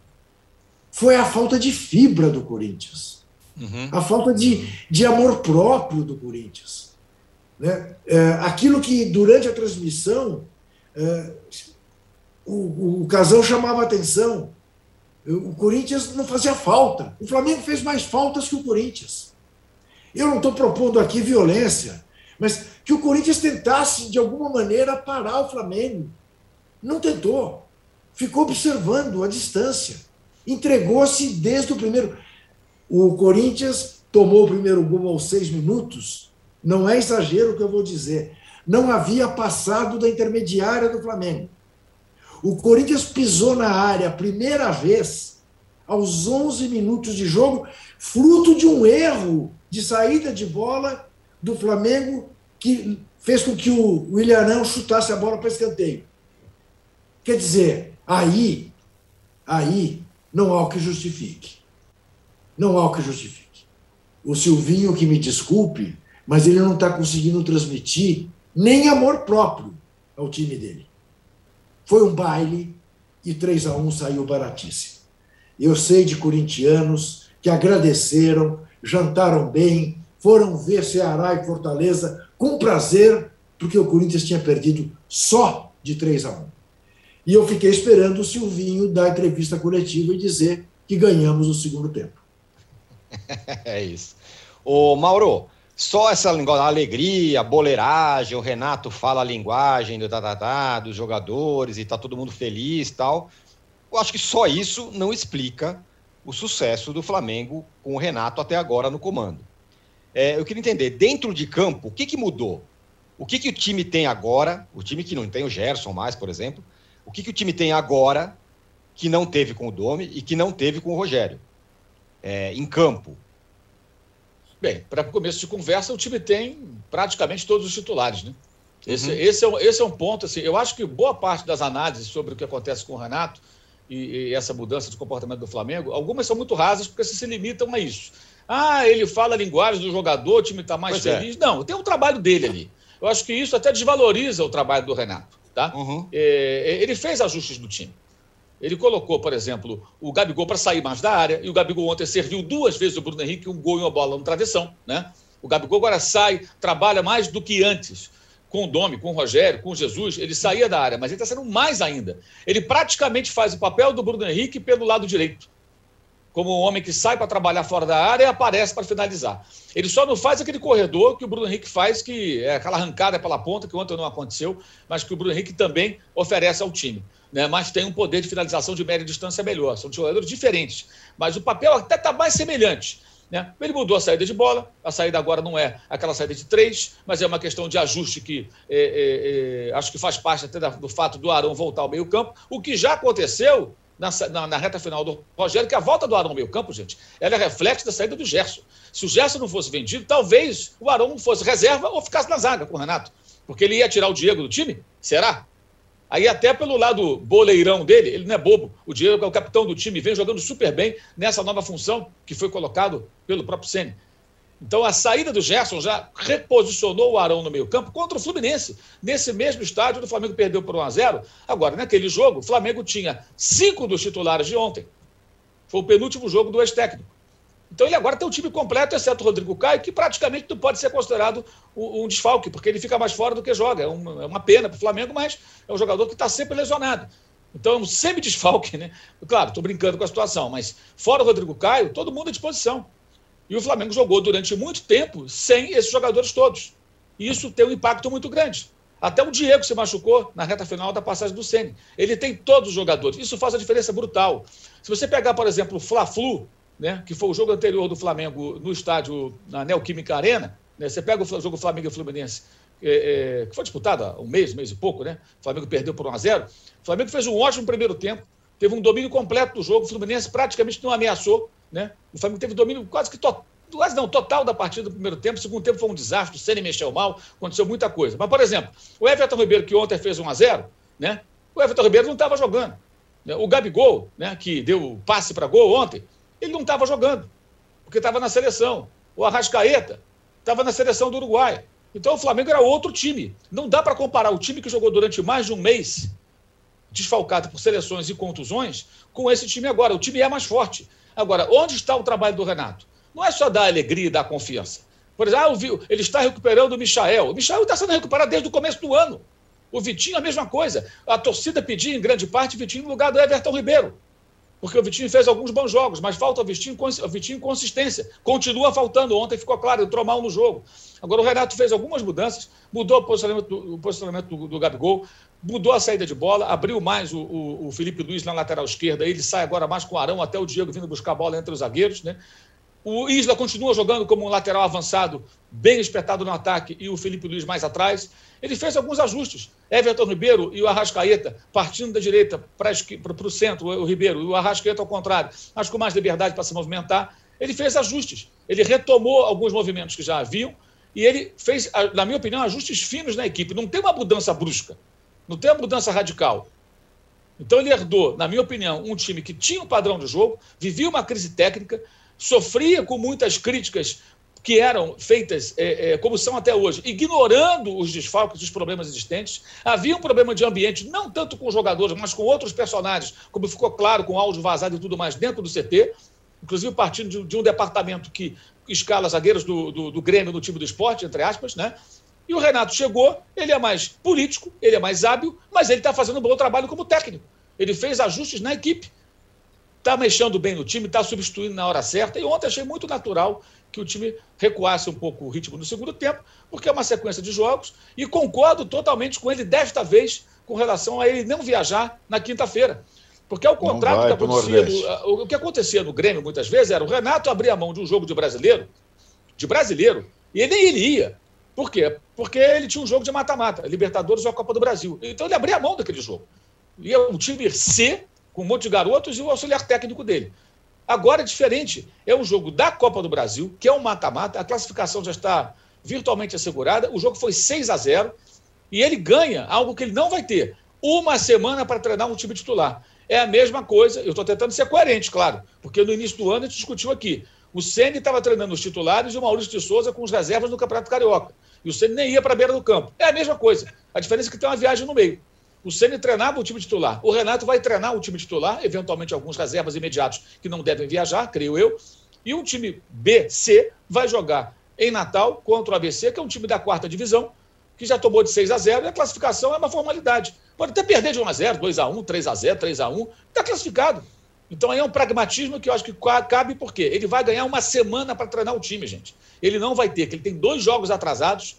foi a falta de fibra do Corinthians, uhum. a falta de, de amor próprio do Corinthians. Né? É, aquilo que durante a transmissão é, o, o Casão chamava a atenção. O Corinthians não fazia falta. O Flamengo fez mais faltas que o Corinthians. Eu não estou propondo aqui violência, mas que o Corinthians tentasse, de alguma maneira, parar o Flamengo. Não tentou. Ficou observando a distância. Entregou-se desde o primeiro... O Corinthians tomou o primeiro gol aos seis minutos. Não é exagero o que eu vou dizer. Não havia passado da intermediária do Flamengo. O Corinthians pisou na área a primeira vez aos onze minutos de jogo, fruto de um erro de saída de bola do Flamengo que fez com que o Ilharão chutasse a bola para escanteio. Quer dizer, aí, aí não há o que justifique. Não há o que justifique. O Silvinho, que me desculpe, mas ele não está conseguindo transmitir nem amor próprio ao time dele. Foi um baile e três a um saiu baratíssimo. Eu sei de corintianos que agradeceram, jantaram bem, foram ver Ceará e Fortaleza com prazer, porque o Corinthians tinha perdido só de três a um. E eu fiquei esperando o Silvinho dar entrevista coletiva e dizer que ganhamos o segundo tempo. É isso. Ô, Mauro, só essa linguagem, a alegria, a boleiragem, o Renato fala a linguagem do tatatá, dos jogadores e tá todo mundo feliz e tal. Eu acho que só isso não explica o sucesso do Flamengo com o Renato até agora no comando. É, eu queria entender, dentro de campo, o que, que mudou? O que, que o time tem agora, o time que não tem o Gerson mais, por exemplo, o que, que o time tem agora que não teve com o Domi e que não teve com o Rogério? É, em campo. Bem, para começo de conversa, o time tem praticamente todos os titulares, né? Esse, uhum. esse, é, um, esse é um ponto, assim, eu acho que boa parte das análises sobre o que acontece com o Renato e, e essa mudança de comportamento do Flamengo, algumas são muito rasas porque se, se limitam a isso. Ah, ele fala a linguagem do jogador, o time está mais pois feliz. É. Não, tem um trabalho dele ali. Eu acho que isso até desvaloriza o trabalho do Renato, tá? Uhum. É, ele fez ajustes no time. Ele colocou, por exemplo, o Gabigol para sair mais da área, e o Gabigol ontem serviu duas vezes o Bruno Henrique, um gol e uma bola no travessão, né? O Gabigol agora sai, trabalha mais do que antes, com o Domi, com o Rogério, com o Jesus, ele saía da área, mas ele está saindo mais ainda. Ele praticamente faz o papel do Bruno Henrique pelo lado direito, como um homem que sai para trabalhar fora da área e aparece para finalizar. Ele só não faz aquele corredor que o Bruno Henrique faz, que é aquela arrancada pela ponta, que ontem não aconteceu, mas que o Bruno Henrique também oferece ao time. Né, mas tem um poder de finalização de média distância melhor. São jogadores diferentes, mas o papel até está mais semelhante. Né? Ele mudou a saída de bola, a saída agora não é aquela saída de três, mas é uma questão de ajuste que é, é, é, acho que faz parte até do fato do Arão voltar ao meio campo, o que já aconteceu na, na, na reta final do Rogério, que a volta do Arão ao meio campo, gente, ela é reflexo da saída do Gerson. Se o Gerson não fosse vendido, talvez o Arão fosse reserva ou ficasse na zaga com o Renato, porque ele ia tirar o Diego do time? Será? Aí até pelo lado boleirão dele, ele não é bobo. O Diego é o capitão do time, vem jogando super bem nessa nova função que foi colocado pelo próprio Ceni. Então a saída do Gerson já reposicionou o Arão no meio campo contra o Fluminense. Nesse mesmo estádio, o Flamengo perdeu por um a zero. Agora, naquele jogo, o Flamengo tinha cinco dos titulares de ontem. Foi o penúltimo jogo do ex-técnico. Então ele agora tem um time completo, exceto o Rodrigo Caio, que praticamente não pode ser considerado um desfalque, porque ele fica mais fora do que joga. É uma, é uma pena para o Flamengo, mas é um jogador que está sempre lesionado. Então é um semi-desfalque, né? Claro, estou brincando com a situação, mas fora o Rodrigo Caio, todo mundo à disposição. E o Flamengo jogou durante muito tempo sem esses jogadores todos. E isso tem um impacto muito grande. Até o Diego se machucou na reta final da passagem do Ceni. Ele tem todos os jogadores. Isso faz a diferença brutal. Se você pegar, por exemplo, o Fla-Flu, né, que foi o jogo anterior do Flamengo no estádio, na Neoquímica Arena, Né? Você pega o jogo Flamengo e Fluminense, é, é, que foi disputado há um mês, um mês e pouco, né? O Flamengo perdeu por um a zero. O Flamengo fez um ótimo primeiro tempo, teve um domínio completo do jogo, o Fluminense praticamente não ameaçou, né? O Flamengo teve domínio quase que total, quase não, total da partida do primeiro tempo. O segundo tempo foi um desastre, o Ceni mexeu mal, aconteceu muita coisa. Mas, por exemplo, o Everton Ribeiro, que ontem fez um a zero, né? O Everton Ribeiro não estava jogando. O Gabigol, né, que deu passe para gol ontem, ele não estava jogando, porque estava na seleção. O Arrascaeta estava na seleção do Uruguai. Então o Flamengo era outro time. Não dá para comparar o time que jogou durante mais de um mês, desfalcado por seleções e contusões, com esse time agora. O time é mais forte. Agora, onde está o trabalho do Renato? Não é só dar alegria e dar confiança. Por exemplo, ah, ele está recuperando o Michael. O Michael está sendo recuperado desde o começo do ano. O Vitinho, a mesma coisa. A torcida pedia, em grande parte, Vitinho no lugar do Everton Ribeiro. Porque o Vitinho fez alguns bons jogos, mas falta o Vitinho, o Vitinho consistência. Continua faltando. Ontem ficou claro, entrou mal no jogo. Agora o Renato fez algumas mudanças, mudou o posicionamento do, o posicionamento do, do Gabigol, mudou a saída de bola, abriu mais o, o, o Felipe Luiz na lateral esquerda. Ele sai agora mais com o Arão, até o Diego vindo buscar a bola entre os zagueiros, né? O Isla continua jogando como um lateral avançado, bem espetado no ataque, e o Felipe Luiz mais atrás. Ele fez alguns ajustes. Everton Ribeiro e o Arrascaeta partindo da direita para o centro, o Ribeiro, e o Arrascaeta ao contrário, mas com mais liberdade para se movimentar. Ele fez ajustes. Ele retomou alguns movimentos que já haviam e ele fez, na minha opinião, ajustes finos na equipe. Não tem uma mudança brusca, não tem uma mudança radical. Então ele herdou, na minha opinião, um time que tinha um padrão de jogo, vivia uma crise técnica, sofria com muitas críticas que eram feitas, é, é, como são até hoje, ignorando os desfalques e os problemas existentes. Havia um problema de ambiente, não tanto com os jogadores, mas com outros personagens, como ficou claro com áudio vazado e tudo mais dentro do C T, inclusive partindo de, de um departamento que escala zagueiros do, do, do Grêmio no time do esporte, entre aspas, né? E o Renato chegou, ele é mais político, ele é mais hábil, mas ele está fazendo um bom trabalho como técnico. Ele fez ajustes na equipe. Está mexendo bem no time, está substituindo na hora certa. E ontem achei muito natural que o time recuasse um pouco o ritmo no segundo tempo, porque é uma sequência de jogos. E concordo totalmente com ele desta vez com relação a ele não viajar na quinta-feira. Porque ao contrário do que acontecia no, o que acontecia no Grêmio muitas vezes era o Renato abrir a mão de um jogo de brasileiro, de brasileiro, e ele nem ele ia. Por quê? Porque ele tinha um jogo de mata-mata, Libertadores ou a Copa do Brasil. Então ele abria a mão daquele jogo. Ia um time C, com um monte de garotos e o auxiliar técnico dele. Agora é diferente. É um jogo da Copa do Brasil, que é um mata-mata, a classificação já está virtualmente assegurada, o jogo foi seis a zero e ele ganha algo que ele não vai ter. Uma semana para treinar um time titular. É a mesma coisa, eu estou tentando ser coerente, claro, porque no início do ano a gente discutiu aqui. O Ceni estava treinando os titulares e o Maurício de Souza com os reservas no Campeonato Carioca. E o Ceni nem ia para a beira do campo. É a mesma coisa. A diferença é que tem uma viagem no meio. O Ceni treinava o time titular. O Renato vai treinar o time titular, eventualmente alguns reservas imediatos que não devem viajar, creio eu. E o time B, C, vai jogar em Natal contra o A B C, que é um time da quarta divisão, que já tomou de seis a zero, e a classificação é uma formalidade. Pode até perder de um a zero, dois a um, três a zero, três a um, está classificado. Então aí é um pragmatismo que eu acho que cabe, porque ele vai ganhar uma semana para treinar o time, gente. Ele não vai ter, que ele tem dois jogos atrasados.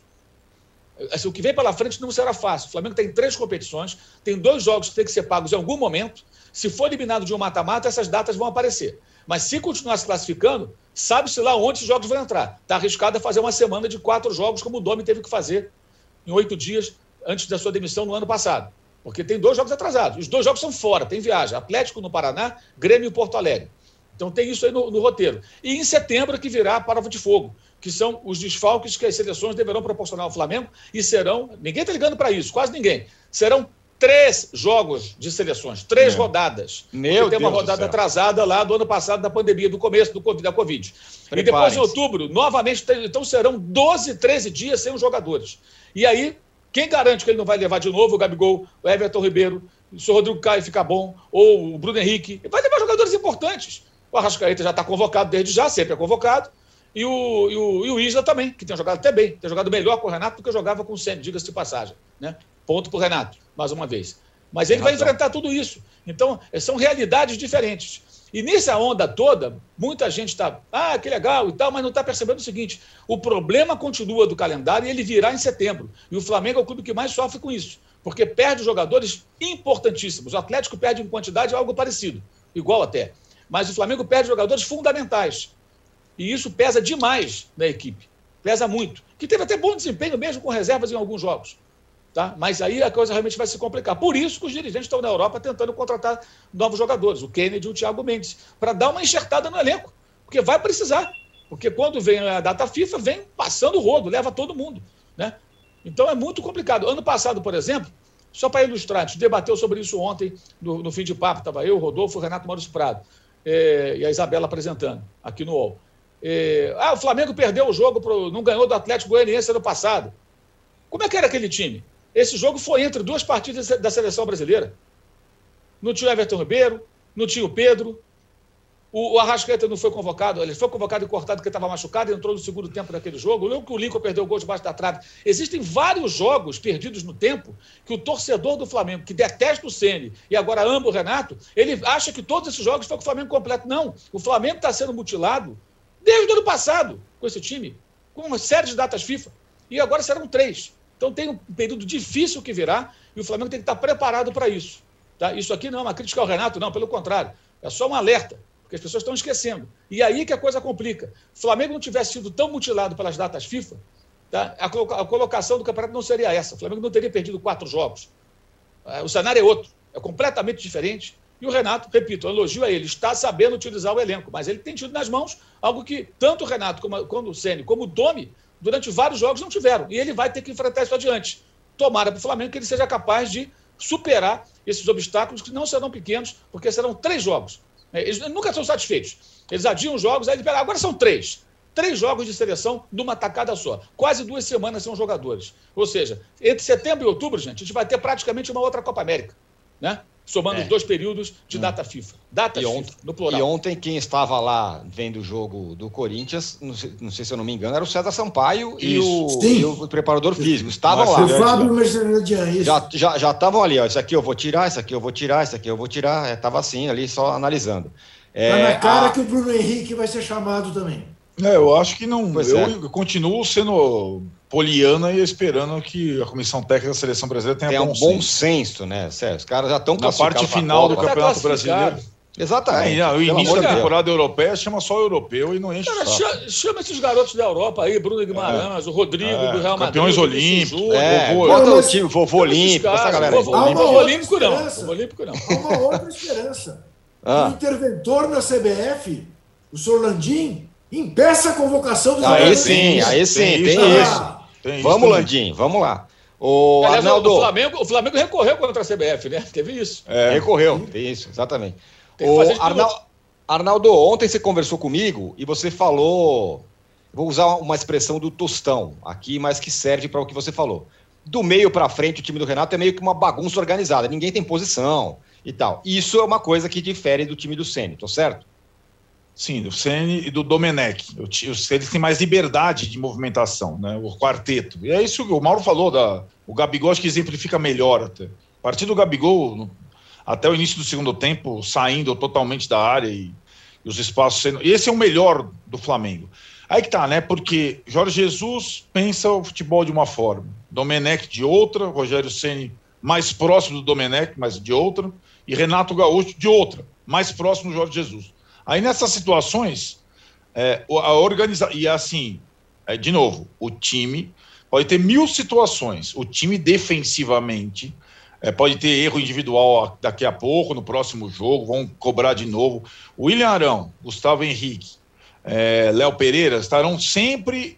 Assim, o que vem pela frente não será fácil. O Flamengo tem três competições, tem dois jogos que têm que ser pagos em algum momento. Se for eliminado de um mata-mata, essas datas vão aparecer. Mas se continuar se classificando, sabe-se lá onde os jogos vão entrar. Está arriscado a fazer uma semana de quatro jogos, como o Domi teve que fazer em oito dias antes da sua demissão no ano passado. Porque tem dois jogos atrasados. Os dois jogos são fora, tem viagem. Atlético no Paraná, Grêmio em Porto Alegre. Então tem isso aí no, no roteiro. E em setembro que virá a prova de fogo, que são os desfalques que as seleções deverão proporcionar ao Flamengo, e serão, ninguém está ligando para isso, quase ninguém, serão três jogos de seleções, três é. rodadas. Meu tem uma Deus rodada atrasada lá do ano passado, da pandemia, do começo do COVID, da Covid. E depois, em outubro, novamente, então serão doze, treze dias sem os jogadores. E aí, quem garante que ele não vai levar de novo o Gabigol, o Everton Ribeiro, se o Rodrigo Caio ficar bom, ou o Bruno Henrique? Ele vai levar jogadores importantes. O Arrascaeta já está convocado desde já, sempre é convocado. E o, e, o, e o Isla também, que tem jogado até bem, tem jogado melhor com o Renato do que jogava com o Ceni, diga-se de passagem. Né? Ponto para o Renato, mais uma vez. Mas ele vai enfrentar tudo isso. Então, são realidades diferentes. E nessa onda toda, muita gente está, ah, que legal e tal, mas não está percebendo o seguinte, o problema continua do calendário e ele virá em setembro. E o Flamengo é o clube que mais sofre com isso, porque perde jogadores importantíssimos. O Atlético perde em quantidade algo parecido, igual até. Mas o Flamengo perde jogadores fundamentais. E isso pesa demais na equipe. pesa muito. Que teve até bom desempenho mesmo com reservas em alguns jogos. Tá? Mas aí a coisa realmente vai se complicar. Por isso que os dirigentes estão na Europa tentando contratar novos jogadores, o Kennedy e o Thiago Mendes, para dar uma enxertada no elenco. Porque vai precisar. Porque quando vem a data FIFA, vem passando o rodo, leva todo mundo. Né? Então é muito complicado. Ano passado, por exemplo, só para ilustrar, a gente debateu sobre isso ontem, no, no fim de papo, estava eu, o Rodolfo, o Renato Maurício Prado, é, e a Isabela apresentando, aqui no U O L. É, ah, o Flamengo perdeu o jogo, pro, não ganhou do Atlético Goianiense ano passado. Como é que era aquele time? Esse jogo foi entre duas partidas da seleção brasileira. Não tinha o Everton Ribeiro, não tinha o Pedro, o, o Arrascaeta não foi convocado, ele foi convocado e cortado porque estava machucado e entrou no segundo tempo daquele jogo. Lembro que o Lincoln perdeu o gol debaixo da trave. Existem vários jogos perdidos no tempo que o torcedor do Flamengo, que detesta o Ceni e agora ama o Renato, ele acha que todos esses jogos foi com o Flamengo completo. Não, o Flamengo está sendo mutilado desde o ano passado com esse time, com uma série de datas FIFA. E agora serão três. Então tem um período difícil que virá e o Flamengo tem que estar preparado para isso. Tá? Isso aqui não é uma crítica ao Renato, não, pelo contrário. É só um alerta, porque as pessoas estão esquecendo. E aí que a coisa complica. Se o Flamengo não tivesse sido tão mutilado pelas datas FIFA, tá? a, coloca- a colocação do campeonato não seria essa. O Flamengo não teria perdido quatro jogos. O cenário é outro, é completamente diferente. E o Renato, repito, um elogio a ele, está sabendo utilizar o elenco, mas ele tem tido nas mãos algo que tanto o Renato como, como o Ceni, como o Domi, durante vários jogos não tiveram. E ele vai ter que enfrentar isso adiante. Tomara para o Flamengo que ele seja capaz de superar esses obstáculos que não serão pequenos, porque serão três jogos. Eles nunca são satisfeitos. Eles adiam jogos, aí eles pegam, agora são três. Três jogos de seleção numa tacada só. Quase duas semanas são jogadores. Ou seja, entre setembro e outubro, gente, a gente vai ter praticamente uma outra Copa América, né? Somando É. os dois períodos de Hum. data FIFA. Data E FIFA, ontem, no plural. e ontem quem estava lá vendo o jogo do Corinthians, não sei, não sei se eu não me engano, era o César Sampaio e o, Sim. e o preparador físico. Estavam Mas lá. O Fábio Mercedes, isso. Já já já estavam ali, ó. Isso aqui eu vou tirar, isso aqui eu vou tirar, isso aqui eu vou tirar. Estava assim ali, só analisando. Tá É, na cara a- que o Bruno Henrique vai ser chamado também. É, eu acho que não. Pois Eu é. continuo sendo poliana e esperando que a comissão técnica da seleção brasileira tenha tem um bom, bom senso. senso, né, Sérgio? Os caras já estão Na parte final do Tá Campeonato classificado. Brasileiro. Exatamente. É, o Pelo início amor da de Deus. temporada europeia chama só europeu e não enche Cara, o saco. chama, chama esses garotos da Europa aí, Bruno Guimarães, o Rodrigo É, do Real Madrid. campeões o Vinícius olímpicos, Júnior. É, Vovô- bota Não, o mas- time, vovô Chama esses olímpico, essa caras. galera aí. Vovô, Há uma vovô outra olímpico não. esperança. Vovô olímpico não. Há uma outra esperança. Ah. O interventor na C B F, o senhor Landim, impeça a convocação dos Aí jogadores. sim, aí sim, Tem tem isso isso. também. Tem isso Vamos, também. Landim, vamos lá. O Aliás, Arnaldo o, Flamengo, o Flamengo recorreu contra a C B F, né? Teve isso. É. recorreu, tem isso, exatamente. Tem que O fazer de Arnal- Arnaldo, ontem você conversou comigo e você falou, vou usar uma expressão do Tostão aqui, mas que serve para o que você falou. Do meio para frente, o time do Renato é meio que uma bagunça organizada, ninguém tem posição e tal. Isso é uma coisa que difere do time do Ceni, tô certo? Sim, do Ceni e do Domenech. O ti- os- Eles têm mais liberdade de movimentação, né? O quarteto. E é isso que o Mauro falou. Da, o Gabigol acho que exemplifica melhor até. A partir do Gabigol, no- até o início do segundo tempo, saindo totalmente da área e, e os espaços sendo. E esse é o melhor do Flamengo. Aí que tá, né? Porque Jorge Jesus pensa o futebol de uma forma, Domenech de outra, Rogério Ceni mais próximo do Domenech, mas de outra, e Renato Gaúcho de outra, mais próximo do Jorge Jesus. Aí nessas situações, é, a organização. E assim, é, de novo, o time pode ter mil situações. O time defensivamente é, pode ter erro individual daqui a pouco, no próximo jogo, vão cobrar de novo. O William Arão, Gustavo Henrique, é, Léo Pereira estarão sempre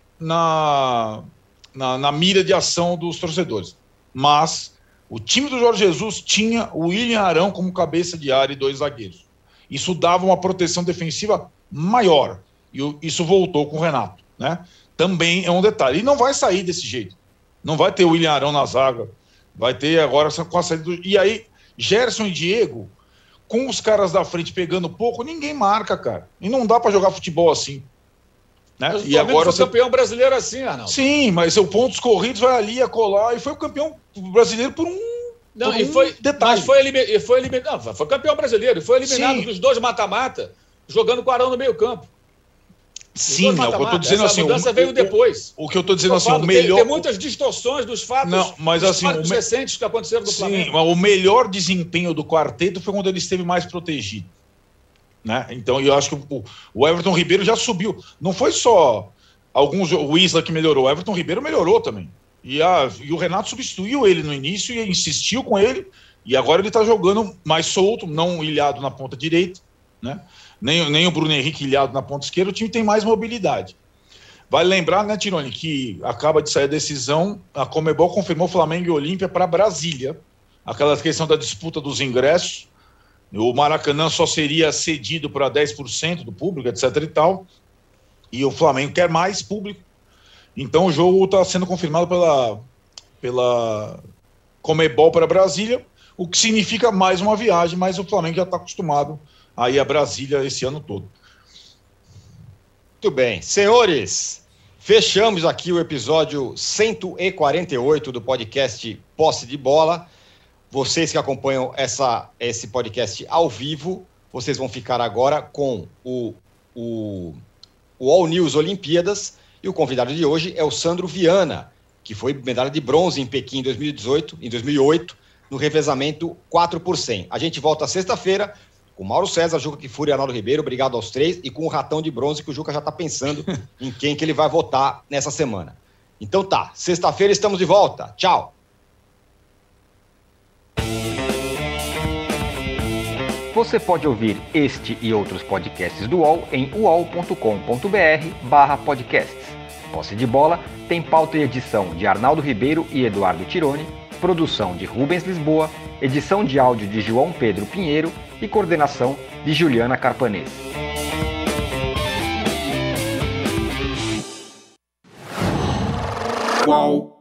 na, na, na mira de ação dos torcedores. Mas o time do Jorge Jesus tinha o William Arão como cabeça de área e dois zagueiros. Isso dava uma proteção defensiva maior. E o- isso voltou com o Renato, né? Também é um detalhe. E não vai sair desse jeito. Não vai ter o William Arão na zaga. Vai ter agora com a saída do... E aí, Gerson e Diego, com os caras da frente pegando pouco, ninguém marca, cara. E não dá para jogar futebol assim. Né? Mas o E Flamengo agora foi você... campeão brasileiro assim, Arnaldo. Sim, mas o pontos corridos vai ali a colar e foi o campeão brasileiro por um Não, por e um foi, detalhe. mas foi, elimi- e foi eliminado. Não, foi campeão brasileiro. E foi eliminado Sim. dos dois mata-mata, jogando com o Arão no meio-campo. Os Sim, dois não, o que eu tô mata-mata. dizendo Essa assim, mudança o, veio o- depois. o que eu tô dizendo Eu assim, falo, o tem- melhor Tem, muitas distorções dos fatos, Não, mas dos assim, fatos o me- recentes que aconteceram no Sim, Flamengo. mas o melhor desempenho do quarteto foi quando ele esteve mais protegido. Né? Então, eu acho que o, o Everton Ribeiro já subiu. Não foi só alguns, o Isla que melhorou, o Everton Ribeiro melhorou também. E, a, e o Renato substituiu ele no início e insistiu com ele, e agora ele está jogando mais solto, não ilhado na ponta direita, né? nem, nem o Bruno Henrique ilhado na ponta esquerda, o time tem mais mobilidade. Vale lembrar, né, Tironi, que acaba de sair a decisão, a Conmebol confirmou Flamengo e Olímpia para Brasília, aquela questão da disputa dos ingressos, o Maracanã só seria cedido para dez por cento do público, etc e tal, e o Flamengo quer mais público. Então o jogo está sendo confirmado pela, pela Conmebol para Brasília, o que significa mais uma viagem, mas o Flamengo já está acostumado a ir a Brasília esse ano todo. Muito bem. Senhores, fechamos aqui o episódio cento e quarenta e oito do podcast Posse de Bola. Vocês que acompanham essa, esse podcast ao vivo, vocês vão ficar agora com o, o, o All News Olimpíadas. E o convidado de hoje é o Sandro Viana, que foi medalha de bronze em Pequim em dois mil e dezoito, em dois mil e oito, no revezamento quatro por cem. A gente volta sexta-feira com Mauro César, Juca Kfouri e Arnaldo Ribeiro, obrigado aos três, e com o ratão de bronze que o Juca já está pensando em quem que ele vai votar nessa semana. Então tá, sexta-feira estamos de volta. Tchau! Você pode ouvir este e outros podcasts do U O L em uol ponto com ponto br barra podcasts. Posse de Bola tem pauta e edição de Arnaldo Ribeiro e Eduardo Tironi, produção de Rubens Lisboa, edição de áudio de João Pedro Pinheiro e coordenação de Juliana Carpanês. Uau.